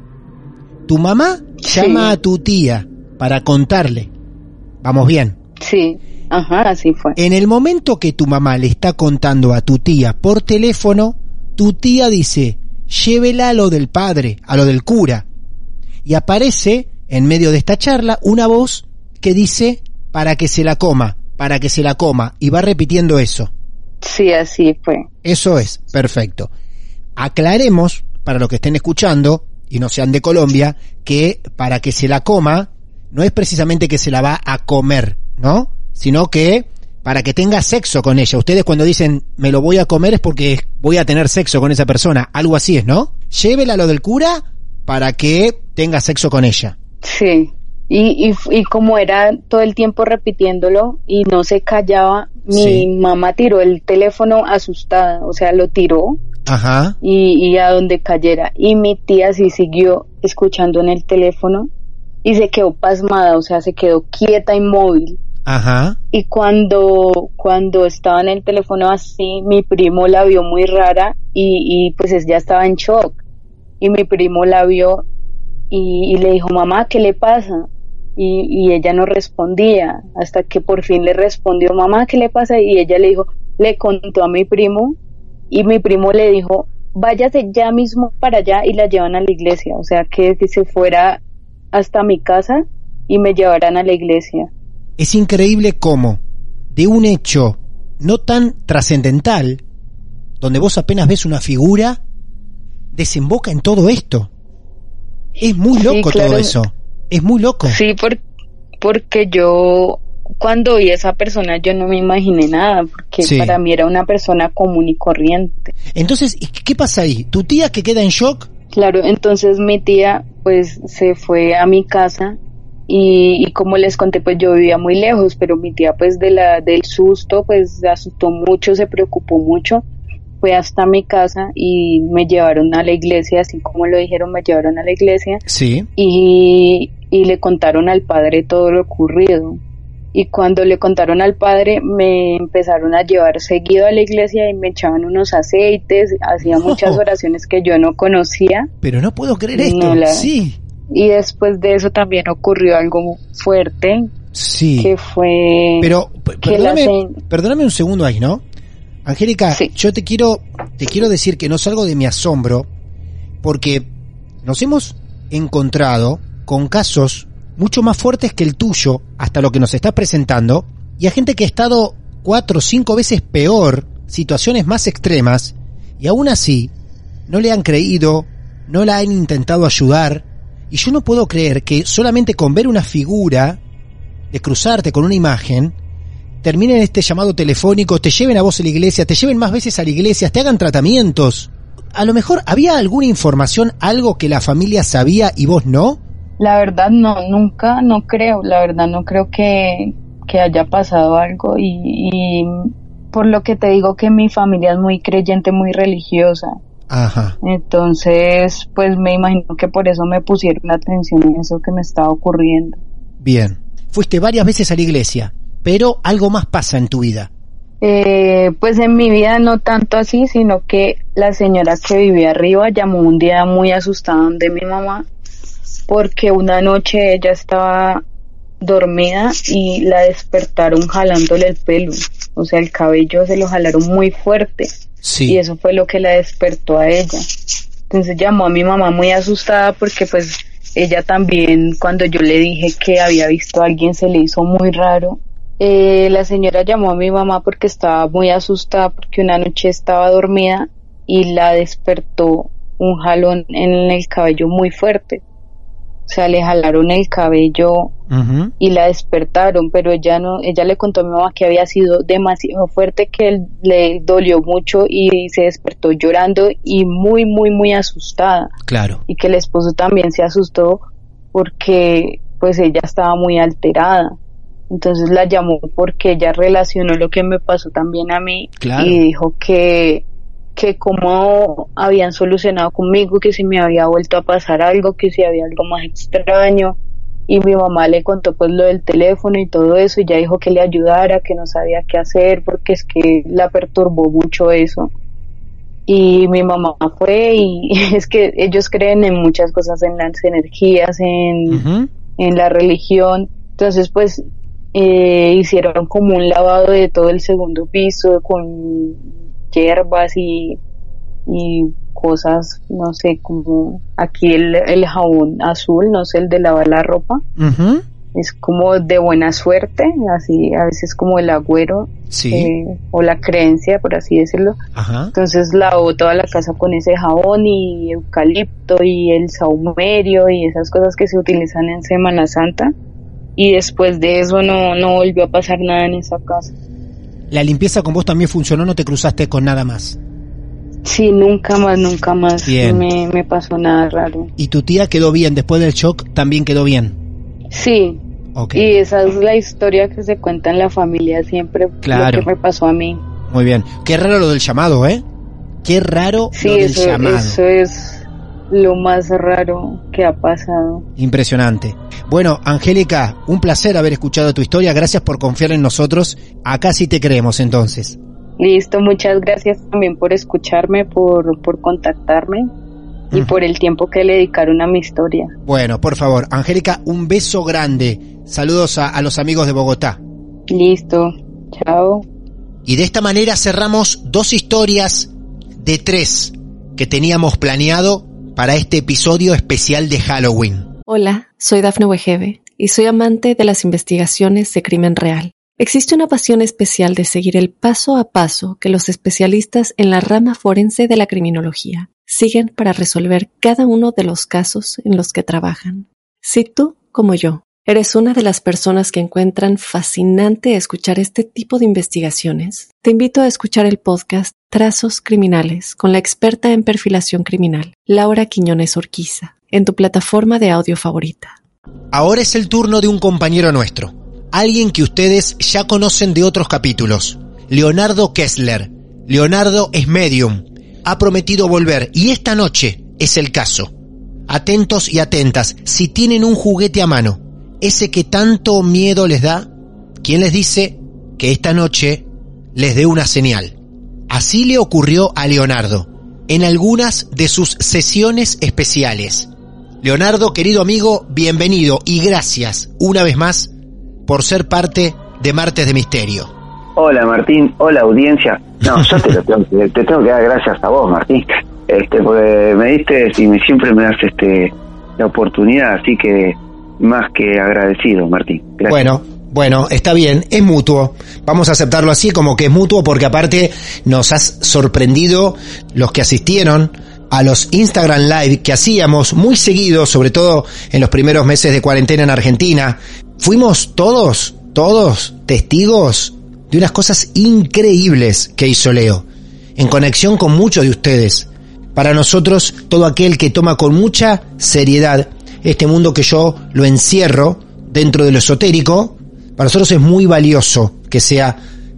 Tu mamá
sí.
llama a tu tía para contarle. ¿Vamos bien?
Sí. Ajá, así fue.
En el momento que tu mamá le está contando a tu tía por teléfono, tu tía dice, llévela a lo del padre, a lo del cura. Y aparece, en medio de esta charla, una voz que dice, para que se la coma, para que se la coma, y va repitiendo eso.
Sí, así fue.
Eso es, perfecto. Aclaremos, para los que estén escuchando, y no sean de Colombia, que para que se la coma, no es precisamente que se la va a comer, ¿no? Sino que para que tenga sexo con ella. Ustedes cuando dicen me lo voy a comer es porque voy a tener sexo con esa persona, algo así es, ¿no? Llévela a lo del cura para que tenga sexo con ella.
Sí. Y, y, y como era todo el tiempo repitiéndolo y no se callaba, mi sí. mamá tiró el teléfono asustada, o sea, lo tiró.
Ajá.
Y, y a donde cayera. Y mi tía sí siguió escuchando en el teléfono y se quedó pasmada, o sea, se quedó quieta, inmóvil.
Ajá.
Y cuando, cuando estaba en el teléfono así, mi primo la vio muy rara y, y pues ella estaba en shock. Y mi primo la vio y, y le dijo, mamá, ¿qué le pasa? Y, y ella no respondía, hasta que por fin le respondió, mamá, ¿qué le pasa? Y ella le dijo, le contó a mi primo, y mi primo le dijo, váyase ya mismo para allá, y la llevan a la iglesia, o sea, que, que se fuera hasta mi casa y me llevaran a la iglesia.
Es increíble cómo, de un hecho no tan trascendental, donde vos apenas ves una figura, desemboca en todo esto. Es muy loco, sí, claro. Todo eso. Es muy loco.
Sí, por, porque yo cuando vi a esa persona yo no me imaginé nada, porque sí. Para mí era una persona común y corriente.
Entonces, ¿qué pasa ahí? ¿Tu tía que queda en shock?
Claro, entonces mi tía pues se fue a mi casa y, y como les conté pues yo vivía muy lejos, pero mi tía pues de la del susto pues se asustó mucho, se preocupó mucho. Fue hasta mi casa y me llevaron a la iglesia, así como lo dijeron, me llevaron a la iglesia.
Sí.
Y, y le contaron al padre todo lo ocurrido. Y cuando le contaron al padre, me empezaron a llevar seguido a la iglesia y me echaban unos aceites, hacía oh. muchas oraciones que yo no conocía.
Pero no puedo creer esto, no la... sí.
Y después de eso también ocurrió algo fuerte.
Sí.
Que fue...
Pero, perdóname, la... perdóname un segundo ahí, ¿no? Angélica, sí. yo te quiero te quiero decir que no salgo de mi asombro porque nos hemos encontrado con casos mucho más fuertes que el tuyo, hasta lo que nos estás presentando, y a gente que ha estado cuatro o cinco veces peor, situaciones más extremas, y aún así no le han creído, no la han intentado ayudar, y yo no puedo creer que solamente con ver una figura, de cruzarte con una imagen, terminen este llamado telefónico, te lleven a vos a la iglesia, te lleven más veces a la iglesia, te hagan tratamientos. A lo mejor, ¿había alguna información, algo que la familia sabía y vos no?
La verdad no, nunca, no creo, la verdad no creo que, que haya pasado algo y, y por lo que te digo que mi familia es muy creyente, muy religiosa.
Ajá.
Entonces, pues me imagino que por eso me pusieron atención en eso que me estaba ocurriendo.
Bien, fuiste varias veces a la iglesia. Pero algo más pasa en tu vida.
Eh, pues en mi vida no tanto así, sino que la señora que vivía arriba llamó un día muy asustada de mi mamá, porque una noche ella estaba dormida y la despertaron jalándole el pelo, o sea el cabello se lo jalaron muy fuerte,
sí.
Y eso fue lo que la despertó a ella. Entonces llamó a mi mamá muy asustada porque pues ella también, cuando yo le dije que había visto a alguien, se le hizo muy raro. Eh, la señora llamó a mi mamá porque estaba muy asustada porque una noche estaba dormida y la despertó un jalón en el cabello muy fuerte. O sea, le jalaron el cabello uh-huh. y la despertaron, pero ella no, ella le contó a mi mamá que había sido demasiado fuerte, que él, le dolió mucho y se despertó llorando y muy, muy, muy asustada.
Claro.
Y que el esposo también se asustó porque pues ella estaba muy alterada. Entonces la llamó porque ella relacionó lo que me pasó también a mí, claro. Y dijo que, que cómo habían solucionado conmigo, que si me había vuelto a pasar algo, que si había algo más extraño, y mi mamá le contó pues lo del teléfono y todo eso, y ella dijo que le ayudara, que no sabía qué hacer, porque es que la perturbó mucho eso. Y mi mamá fue, y es que ellos creen en muchas cosas, en las energías, en, uh-huh. en la religión, entonces pues Eh, hicieron como un lavado de todo el segundo piso con hierbas y, y cosas, no sé, como aquí el, el jabón azul, no sé, el de lavar la ropa, uh-huh. es como de buena suerte, así a veces como el agüero,
sí.
eh, o la creencia, por así decirlo.
Ajá.
Entonces lavó toda la casa con ese jabón y eucalipto y el saumerio y esas cosas que se utilizan en Semana Santa. Y después de eso no, no volvió a pasar nada en esa casa.
¿La limpieza con vos también funcionó? ¿No te cruzaste con nada más?
Sí, nunca más, nunca más
me,
me pasó nada raro.
¿Y tu tía quedó bien? Después del shock, ¿también quedó bien?
Sí. Okay. Y esa es la historia que se cuenta en la familia siempre, claro. Lo que me pasó a mí.
Muy bien. Qué raro lo del llamado, ¿eh? Qué raro
sí,
lo del
eso,
llamado.
Eso es lo más raro que ha pasado.
Impresionante. Bueno, Angélica, un placer haber escuchado tu historia. Gracias por confiar en nosotros. Acá sí te creemos, entonces.
Listo, muchas gracias también por escucharme, por, por contactarme. Y uh-huh. por el tiempo que le dedicaron a mi historia.
Bueno, por favor, Angélica, un beso grande. Saludos a, a los amigos de Bogotá.
Listo, chao.
Y de esta manera cerramos dos historias de tres que teníamos planeado para este episodio especial de Halloween.
Hola, soy Dafne Wegebe y soy amante de las investigaciones de crimen real. Existe una pasión especial de seguir el paso a paso que los especialistas en la rama forense de la criminología siguen para resolver cada uno de los casos en los que trabajan. Si tú, como yo, eres una de las personas que encuentran fascinante escuchar este tipo de investigaciones, te invito a escuchar el podcast Trazos Criminales con la experta en perfilación criminal, Laura Quiñones Orquiza, en tu plataforma de audio favorita.
Ahora es el turno de un compañero nuestro, alguien que ustedes ya conocen de otros capítulos, Leonardo Kessler. Leonardo es medium. Ha prometido volver y esta noche es el caso. Atentos y atentas, si tienen un juguete a mano, ese que tanto miedo les da, ¿quién les dice que esta noche les dé una señal? Así le ocurrió a Leonardo en algunas de sus sesiones especiales. Leonardo, querido amigo, bienvenido y gracias una vez más por ser parte de Martes de Misterio.
Hola Martín, hola audiencia. No, yo te, lo tengo, te tengo que dar gracias a vos, Martín, este, porque me diste y me, siempre me das este la oportunidad, así que más que agradecido, Martín. Gracias.
Bueno, bueno, está bien, es mutuo. Vamos a aceptarlo así, como que es mutuo, porque aparte nos has sorprendido los que asistieron a los Instagram Live que hacíamos muy seguido, sobre todo en los primeros meses de cuarentena en Argentina. Fuimos todos, todos testigos de unas cosas increíbles que hizo Leo, en conexión con muchos de ustedes. Para nosotros, todo aquel que toma con mucha seriedad este mundo que yo lo encierro dentro de lo esotérico, para nosotros es muy valioso que sea,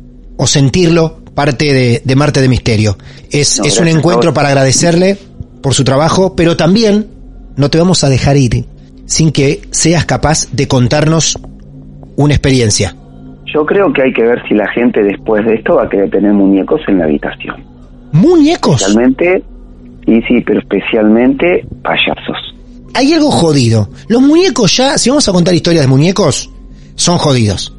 o sentirlo, parte de, de Martes de Misterio. Es, no, es un encuentro para agradecerle por su trabajo, pero también no te vamos a dejar ir sin que seas capaz de contarnos una experiencia.
Yo creo que hay que ver si la gente después de esto va a querer tener muñecos en la habitación.
¿Muñecos?
Especialmente, sí, sí, pero especialmente payasos.
Hay algo jodido. Los muñecos ya, si vamos a contar historias de muñecos, son jodidos.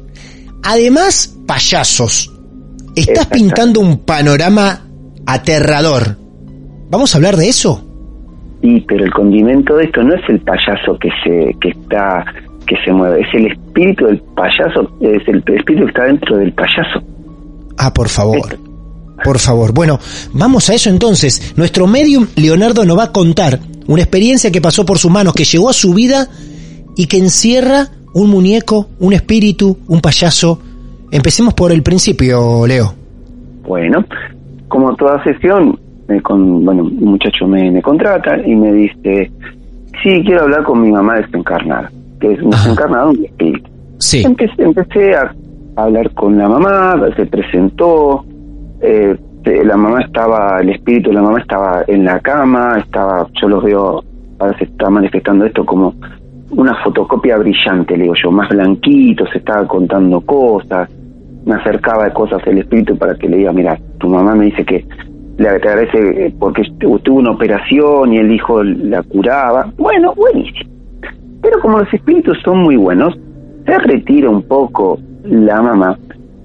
Además, payasos. Estás pintando un panorama aterrador. ¿Vamos a hablar de eso?
Sí, pero el condimento de esto no es el payaso que se que está... que se mueve, es el espíritu del payaso, es el espíritu que está dentro del payaso.
Ah, por favor, por favor. Bueno, vamos a eso entonces. Nuestro medium Leonardo nos va a contar una experiencia que pasó por sus manos, que llegó a su vida y que encierra un muñeco, un espíritu, un payaso. Empecemos por el principio, Leo.
Bueno, como toda sesión, me con, bueno, un muchacho me, me contrata y me dice, sí, quiero hablar con mi mamá desencarnada, que es un desencarnado, un espíritu.
Sí.
Empecé, empecé a hablar con la mamá, se presentó, eh, la mamá estaba, el espíritu de la mamá estaba en la cama, estaba, yo los veo, ahora se está manifestando esto como una fotocopia brillante, le digo yo, más blanquito, se estaba contando cosas, me acercaba de cosas el espíritu para que le diga, mira, tu mamá me dice que le agradece porque tuvo una operación y el hijo la curaba. Bueno, buenísimo. Pero como los espíritus son muy buenos, se retira un poco la mamá.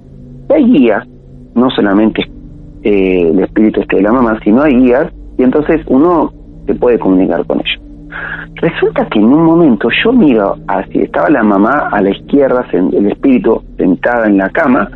Hay guías, no solamente eh, el espíritu este de la mamá, sino hay guías, y entonces uno se puede comunicar con ellos. Resulta que en un momento yo miro así, estaba la mamá a la izquierda, el espíritu sentada en la cama,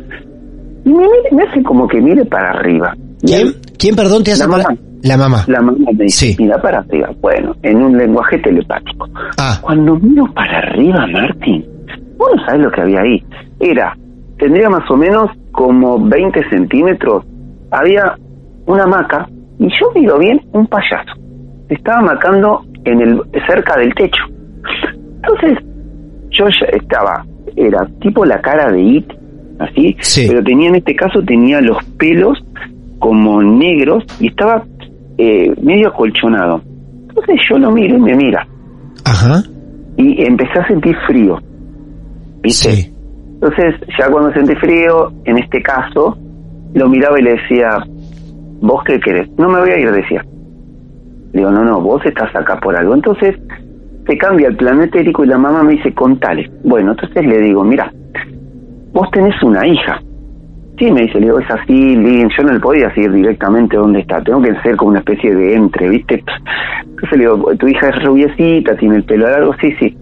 y me, me hace como que mire para arriba.
¿Quién? ¿Quién, perdón, te hace
la
para...?
Mamá.
La mamá.
La mamá me dice, sí, mira para arriba. Bueno, en un lenguaje telepático. Ah. Cuando miro para arriba, Martín, vos no sabés lo que había ahí. Era, tendría más o menos como veinte centímetros. Había una hamaca, y yo miro bien, un payaso. Se estaba hamacando en el, cerca del techo. Entonces, yo ya estaba, era tipo la cara de It, así,
sí.
Pero tenía, en este caso, tenía los pelos como negros y estaba eh, medio acolchonado. Entonces yo lo miro y me mira.
Ajá.
Y empecé a sentir frío, ¿viste?
Sí.
Entonces, ya cuando sentí frío, en este caso, lo miraba y le decía, ¿vos qué querés? No me voy a ir, decía. Le digo, no, no, vos estás acá por algo. Entonces, se cambia el plano etérico y la mamá me dice, contale. Bueno, entonces le digo, mira, vos tenés una hija. Sí, me dice, le digo, es así, Lynn, yo no le podía decir directamente dónde está, tengo que ser como una especie de entre, ¿viste? Entonces le digo, tu hija es rubiecita, tiene el pelo largo, sí, sí.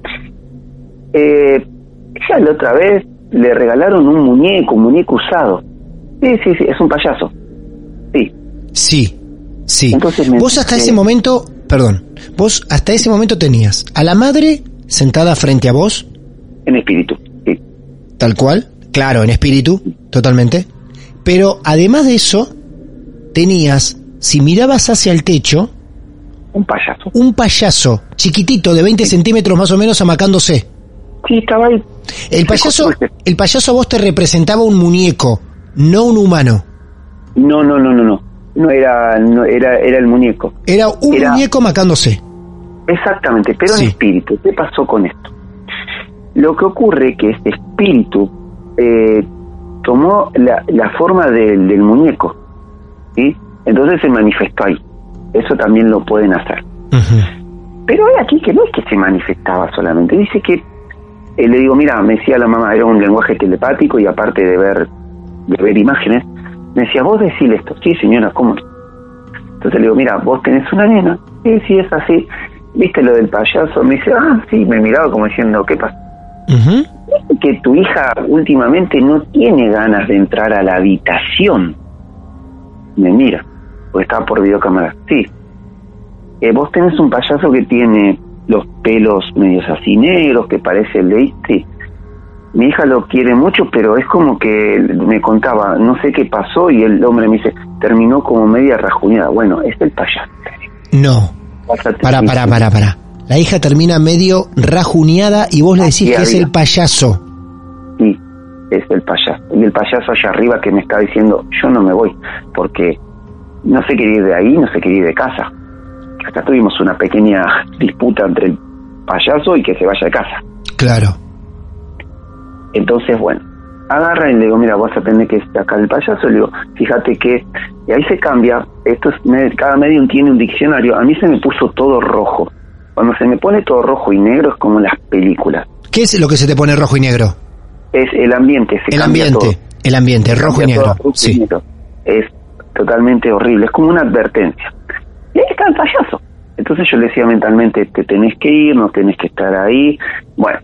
Eh, ya la otra vez le regalaron un muñeco, un muñeco usado. Sí, sí, sí, es un payaso. Sí.
Sí, sí.
Entonces me
vos hasta
dice,
ese momento, perdón, vos hasta ese momento tenías a la madre sentada frente a vos.
En espíritu, sí.
Tal cual, claro, en espíritu, totalmente. Pero además de eso, tenías, si mirabas hacia el techo,
un payaso.
Un payaso chiquitito de veinte centímetros más o menos amacándose.
Sí, estaba ahí.
El payaso, el payaso a vos te representaba un muñeco, no un humano.
No, no, no, no, no. No era, no era, era el muñeco.
Era un era... muñeco amacándose.
Exactamente, pero
sí.
En espíritu. ¿Qué pasó con esto? Lo que ocurre es que este espíritu eh, tomó la, la forma de, del muñeco, ¿sí? Entonces se manifestó ahí. Eso también lo pueden hacer. Uh-huh. Pero hay aquí que no es que se manifestaba solamente. Dice que eh, le digo, mira, me decía la mamá, era un lenguaje telepático y aparte de ver de ver imágenes, me decía, vos decile esto. Sí, señora, ¿cómo? Entonces le digo, mira, vos tenés una nena. Sí, sí, es así. ¿Viste lo del payaso? Me dice, ah, sí, me miraba como diciendo, ¿qué pasa?
Uh-huh.
¿Viste que tu hija últimamente no tiene ganas de entrar a la habitación? Me mira, porque estaba por videocámara. Sí. Eh, vos tenés un payaso que tiene los pelos medios así negros, que parece el de sí. Mi hija lo quiere mucho, pero es como que me contaba, no sé qué pasó, y el hombre me dice, terminó como media rajuñada. Bueno, es el payaso.
No. Pará, pará, pará, pará. La hija termina medio rajuñada y vos le decís que es el payaso.
Sí, es el payaso. Y el payaso allá arriba que me está diciendo, yo no me voy, porque no se quería ir de ahí, no se quería ir de casa. Hasta tuvimos una pequeña disputa entre el payaso y que se vaya de casa.
Claro.
Entonces, bueno, agarra y le digo, mira, vas a tener que sacar el payaso. Le digo, fíjate que, y ahí se cambia, esto es, cada medium tiene un diccionario. A mí se me puso todo rojo. Cuando se me pone todo rojo y negro es como en las películas.
¿Qué es lo que se te pone rojo y negro?
Es el ambiente. Se
el ambiente, todo. el ambiente, rojo y negro.
Todo,
sí.
negro. Es totalmente horrible, es como una advertencia. Y ahí está el payaso. Entonces yo le decía mentalmente, te tenés que ir, no tenés que estar ahí. Bueno,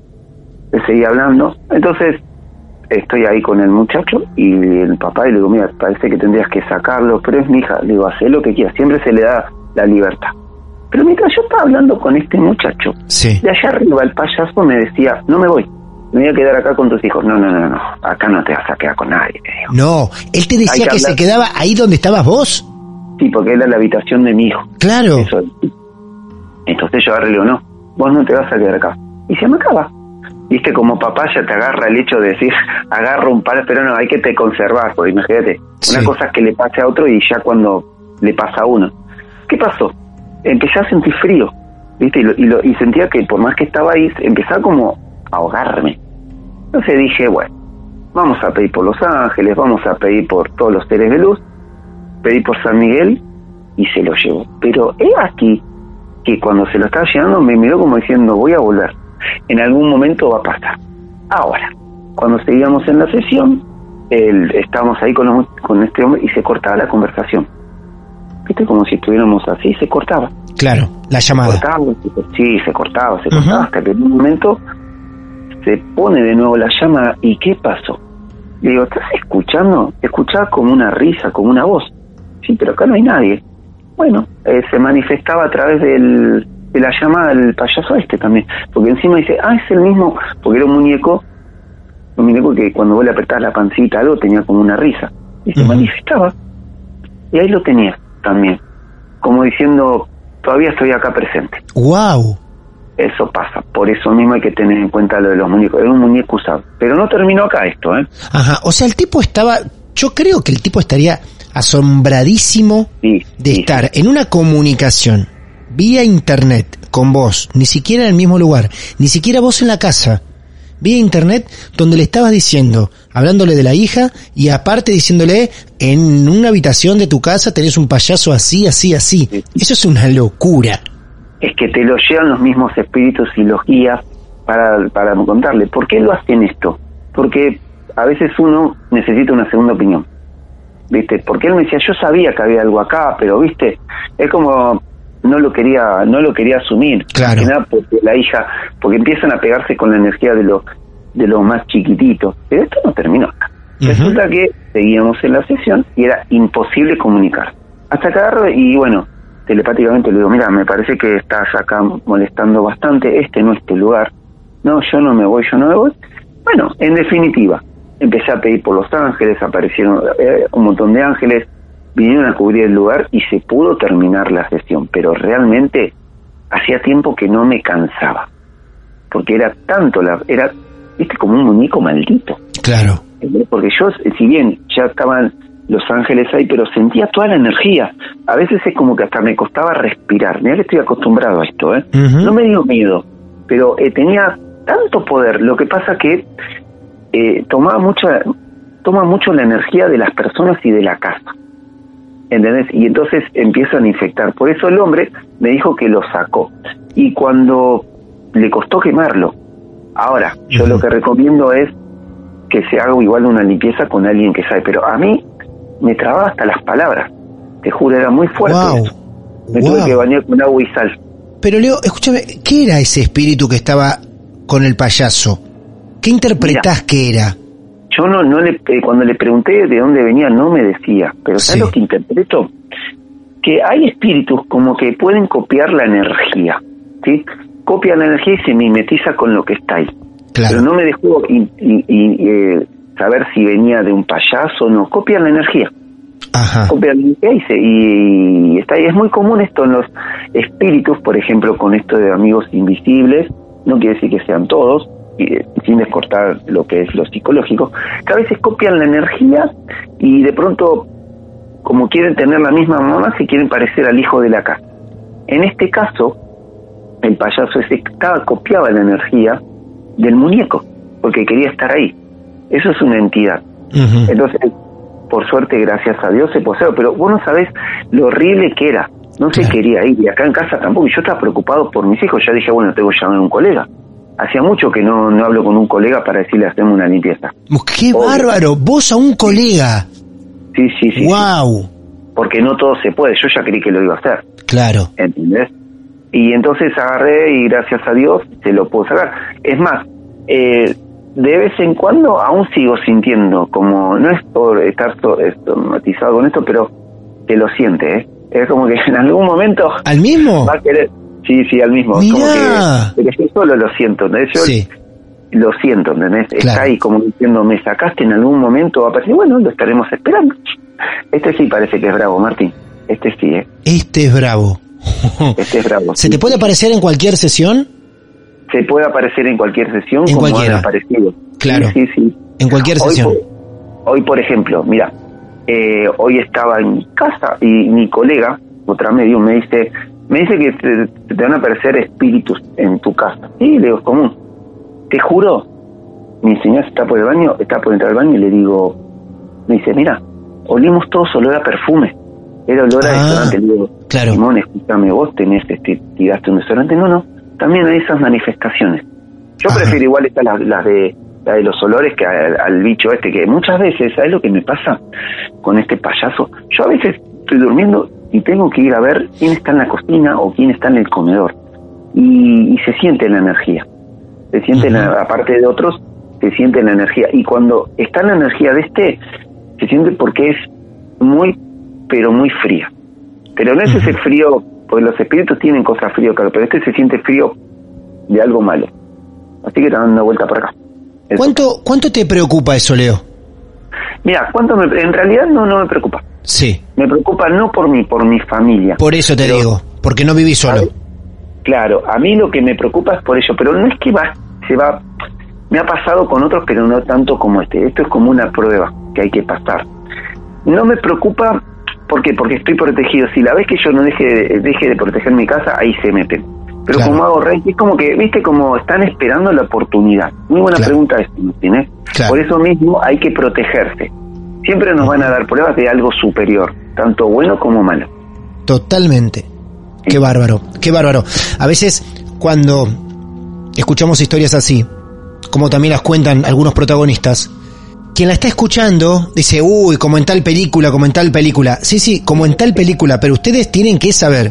le seguía hablando. Entonces estoy ahí con el muchacho y el papá y le digo, mira, parece que tendrías que sacarlo, pero es mi hija. Le digo, hacé lo que quieras, siempre se le da la libertad. Pero mientras yo estaba hablando con este muchacho,
sí.
de allá arriba el payaso me decía, no me voy, me voy a quedar acá con tus hijos. No, no, no, no, acá no te vas a quedar con nadie, te digo.
No, él te decía que, que se quedaba ahí donde estabas vos.
Sí, porque era la habitación de mi hijo.
Claro.
Eso. Entonces yo agarré y le digo, no, vos no te vas a quedar acá. Y se me acaba. Viste, como papá ya te agarra el hecho de decir, agarro un par, pero no, hay que te conservar, porque imagínate, sí. Una cosa es que le pase a otro y ya cuando le pasa a uno. ¿Qué pasó? Empecé a sentir frío, ¿viste? Y, lo, y, lo, y sentía que por más que estaba ahí, empezaba como a ahogarme. Entonces dije, bueno, vamos a pedir por Los Ángeles, vamos a pedir por todos los seres de luz, pedí por San Miguel y se lo llevó. Pero he aquí que cuando se lo estaba llevando me miró como diciendo, voy a volver. En algún momento va a pasar. Ahora, cuando seguíamos en la sesión, el, estábamos ahí con, los, con este hombre y se cortaba la conversación. ¿Viste? Como si estuviéramos así, se cortaba.
Claro, la llamada.
Se cortaba, sí, se cortaba, se cortaba, uh-huh. Hasta que en un momento se pone de nuevo la llamada. ¿Y qué pasó? Le digo, ¿estás escuchando? Escuchaba como una risa, como una voz. Sí, pero acá no hay nadie. Bueno, eh, se manifestaba a través del, de la llamada del payaso este también. Porque encima dice, ah, es el mismo, porque era un muñeco, un muñeco que cuando vos le apretabas la pancita algo tenía como una risa. Y se uh-huh. manifestaba. Y ahí lo tenía también, como diciendo, todavía estoy acá presente.
¡Wow!
eso pasa. Por eso mismo hay que tener en cuenta lo de los muñecos. Es un muñeco usado. Pero no terminó acá esto, ¿eh?
Ajá, o sea, el tipo estaba... Yo creo que el tipo estaría asombradísimo
sí,
de
sí,
estar
sí.
en una comunicación vía internet con vos, ni siquiera en el mismo lugar, ni siquiera vos en la casa, vía internet, donde le estabas diciendo, hablándole de la hija, y aparte diciéndole, en una habitación de tu casa tenés un payaso así, así, así. Sí. Eso es una locura.
Es que te lo llevan los mismos espíritus y los guías para, para contarle. ¿Por qué lo hacen esto? Porque a veces uno necesita una segunda opinión, ¿viste? Porque él me decía, yo sabía que había algo acá, pero, ¿viste? Es como... no lo quería no lo quería asumir,
claro.
Que nada porque la hija, porque empiezan a pegarse con la energía de lo de lo más chiquitito, pero esto no terminó acá. Uh-huh. Resulta que seguíamos en la sesión y era imposible comunicar, hasta que agarro y bueno, telepáticamente le digo, mira, me parece que estás acá molestando bastante, este no es tu lugar, no, yo no me voy, yo no me voy. Bueno, en definitiva, empecé a pedir por los ángeles, aparecieron eh, un montón de ángeles, vinieron a cubrir el lugar y se pudo terminar la sesión, pero realmente hacía tiempo que no me cansaba, porque era tanto, la era, viste, como un muñeco maldito.
Claro.
Porque yo, si bien ya estaban los ángeles ahí, pero sentía toda la energía. A veces es como que hasta me costaba respirar. Mirá que estoy acostumbrado a esto, ¿eh? Uh-huh. No me dio miedo, pero eh, tenía tanto poder. Lo que pasa que eh, tomaba mucha, toma mucho la energía de las personas y de la casa. ¿Entendés? Y entonces empiezan a infectar. Por eso el hombre me dijo que lo sacó. Y cuando le costó quemarlo. Ahora, yo uh-huh. lo que recomiendo es que se haga igual una limpieza con alguien que sabe. Pero a mí me trababa hasta las palabras. Te juro, era muy fuerte.
Wow.
Eso. Me
wow.
tuve que bañar con agua y sal.
Pero Leo, escúchame, ¿qué era ese espíritu que estaba con el payaso? ¿Qué interpretás Mira. que era?
Yo no, no le, eh, cuando le pregunté de dónde venía, no me decía, pero ¿sabes sí. lo que interpreto? Que hay espíritus como que pueden copiar la energía, ¿sí? Copia la energía y se mimetiza con lo que está ahí. Claro. Pero no me dejó y, y, y, eh, saber si venía de un payaso o no. Copia la energía.
Ajá.
Copia la energía y, se, y está ahí. Es muy común esto en los espíritus, por ejemplo, con esto de amigos invisibles. No quiere decir que sean todos, y sin descortar lo que es lo psicológico, que a veces copian la energía y de pronto, como quieren tener la misma mamá, se quieren parecer al hijo de la casa. En este caso, el payaso ese estaba, copiaba la energía del muñeco, porque quería estar ahí. Eso es una entidad. Uh-huh. Entonces, por suerte, gracias a Dios, se poseyó, pero vos no sabés lo horrible que era. No se claro. quería ir, y acá en casa tampoco. Yo estaba preocupado por mis hijos, ya dije, bueno, tengo que llamar a un colega. Hacía mucho que no, no hablo con un colega para decirle hacemos una limpieza.
¡Qué Obvio. bárbaro! ¡Vos a un colega!
Sí, sí, sí.
¡Wow!
Sí. Porque no todo se puede. Yo ya creí que lo iba a hacer.
Claro.
¿Entendés? Y entonces agarré y gracias a Dios se lo puedo sacar. Es más, eh, de vez en cuando aún sigo sintiendo, como no es por estar traumatizado con esto, pero te lo siente, ¿eh? Es como que en algún momento...
¿Al mismo?
Va a querer... Sí, sí, al mismo.
Mirá.
Como que, que yo solo lo siento, ¿entendés? Yo sí. lo siento, ¿entendés? Claro. Está ahí como diciendo, me sacaste en algún momento, va a aparecer, bueno, lo estaremos esperando. Este sí parece que es bravo, Martín. Este sí, ¿eh?
Este es bravo.
Este es bravo.
¿Se
sí,
te puede
sí.
aparecer en cualquier sesión?
Se puede aparecer en cualquier sesión,
en
como
cualquiera.
han aparecido.
Claro.
Sí, sí, sí.
En cualquier sesión.
Hoy, hoy por ejemplo, mira, eh, hoy estaba en mi casa y mi colega, otra medium, me dice... Me dice que te, te van a aparecer espíritus en tu casa. Sí, le digo, es común. Te juro, mi señora está por el baño, está por entrar al baño y le digo, me dice, mira, olimos todos olor a perfume. Era olor a
ah,
restaurante. Le digo,
claro.
Simón, escúchame, vos tenés, este, tiraste un restaurante. No, no, también hay esas manifestaciones. Yo Ajá. prefiero igual estas las, las de la de los olores que al, al bicho este, que muchas veces, ¿sabes lo que me pasa con este payaso? Yo a veces estoy durmiendo y tengo que ir a ver quién está en la cocina o quién está en el comedor. Y, y se siente la energía. Se siente, uh-huh. la, aparte de otros, se siente la energía. Y cuando está la energía de este, se siente porque es muy, pero muy fría. Pero no es uh-huh. ese frío, porque los espíritus tienen cosas frío, claro, pero este se siente frío de algo malo. Así que te dan una vuelta por acá. Eso.
¿Cuánto, ¿Cuánto te preocupa eso, Leo?
Mira, ¿cuánto me, en realidad no, no me preocupa.
Sí.
Me preocupa no por mí, por mi familia.
Por eso te
pero,
digo, porque no viví solo.
Claro, a mí lo que me preocupa es por ello, pero no es que va, se va, me ha pasado con otros, pero no tanto como este. Esto es como una prueba que hay que pasar. No me preocupa, ¿por qué? Porque estoy protegido. Si la vez que yo no deje de, deje de proteger mi casa, ahí se meten. Pero claro, como hago Reiki, es como que, viste, como están esperando la oportunidad. Muy buena claro. pregunta esta, ¿no? Claro. Por eso mismo hay que protegerse. Siempre nos van a dar pruebas de algo superior, tanto bueno como malo.
Totalmente. Qué bárbaro, qué bárbaro. A veces cuando escuchamos historias así, como también las cuentan algunos protagonistas, quien la está escuchando dice, uy, como en tal película, como en tal película. Sí, sí, como en tal película, pero ustedes tienen que saber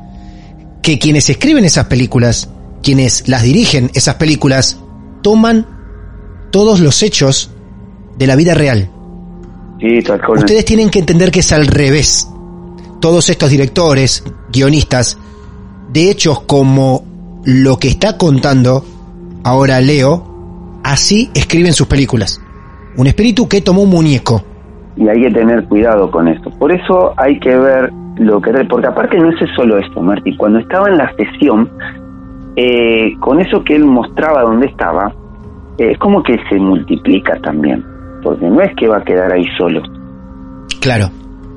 que quienes escriben esas películas, quienes las dirigen esas películas, toman todos los hechos de la vida real.
Sí, tal cual.
Ustedes tienen que entender que es al revés. Todos estos directores, guionistas, de hechos como lo que está contando ahora Leo, así escriben sus películas. Un espíritu que tomó un muñeco.
Y hay que tener cuidado con esto. Por eso hay que ver lo que... Porque aparte no es solo esto, Martín. Cuando estaba en la sesión, eh, con eso que él mostraba dónde estaba, eh, es como que se multiplica también. Porque no es que va a quedar ahí solo.
Claro.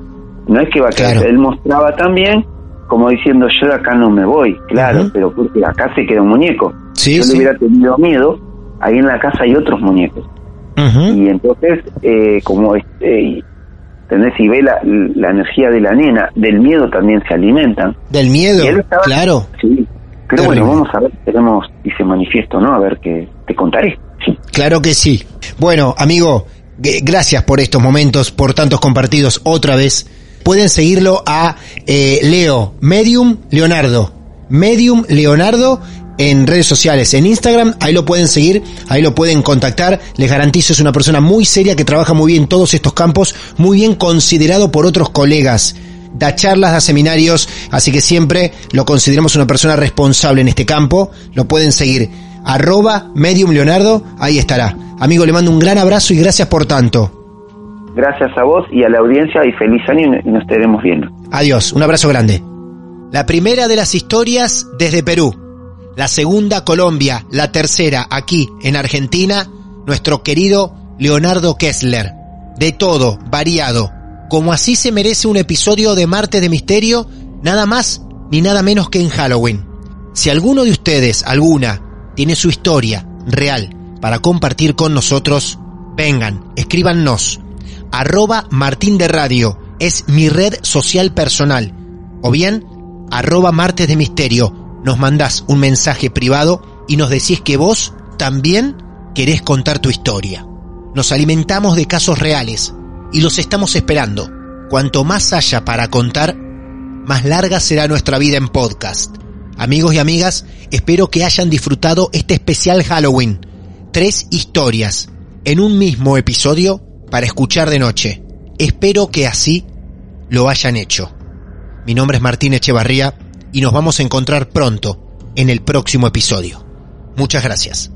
No es que va a quedar... Claro. Él mostraba también como diciendo, yo de acá no me voy. Claro, uh-huh. pero porque acá se queda un muñeco.
Sí,
yo
sí.
le hubiera tenido miedo, ahí en la casa hay otros muñecos. Uh-huh. Y entonces, eh, como este, ¿entendés? Si ve la, la energía de la nena, del miedo también se alimentan.
Del miedo, estaba, claro.
Sí, pero Terrible. Bueno, vamos a ver, esperemos si se manifiesta, ¿no? A ver qué te contaré. Sí.
Claro que sí. Bueno, amigo, gracias por estos momentos, por tantos compartidos otra vez. Pueden seguirlo a eh, Leo, Medium Leonardo, Medium Leonardo en redes sociales, en Instagram, ahí lo pueden seguir, ahí lo pueden contactar. Les garantizo, es una persona muy seria que trabaja muy bien todos estos campos, muy bien considerado por otros colegas, da charlas, da seminarios, así que siempre lo consideramos una persona responsable en este campo. Lo pueden seguir, arroba Medium Leonardo, ahí estará. Amigo, le mando un gran abrazo y gracias por tanto.
Gracias a vos y a la audiencia, y feliz año, y nos estaremos viendo.
Adiós, un abrazo grande. La primera de las historias desde Perú, la segunda Colombia, la tercera aquí en Argentina, nuestro querido Leonardo Kessler. De todo, variado, como así se merece un episodio de Martes de Misterio, nada más ni nada menos que en Halloween. Si alguno de ustedes, alguna, tiene su historia real para compartir con nosotros, vengan, escríbanos. Arroba Martín de Radio es mi red social personal, o bien arroba Martes de Misterio. Nos mandás un mensaje privado y nos decís que vos también querés contar tu historia. Nos alimentamos de casos reales y los estamos esperando. Cuanto más haya para contar, más larga será nuestra vida en podcast. Amigos y amigas, espero que hayan disfrutado este especial Halloween. Tres historias en un mismo episodio para escuchar de noche. Espero que así lo hayan hecho. Mi nombre es Martín Echevarría y nos vamos a encontrar pronto en el próximo episodio. Muchas gracias.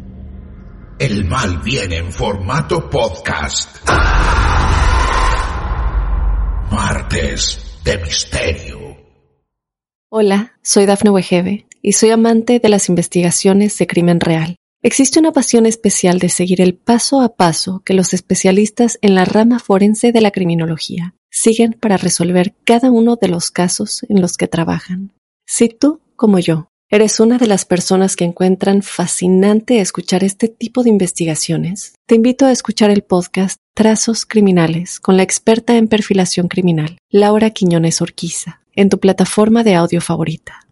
El mal viene en formato podcast. Martes de Misterio.
Hola, soy Dafne Wegebe y soy amante de las investigaciones de crimen real. Existe una pasión especial de seguir el paso a paso que los especialistas en la rama forense de la criminología siguen para resolver cada uno de los casos en los que trabajan. Si tú, como yo, eres una de las personas que encuentran fascinante escuchar este tipo de investigaciones, te invito a escuchar el podcast Trazos Criminales con la experta en perfilación criminal, Laura Quiñones Orquiza, en tu plataforma de audio favorita.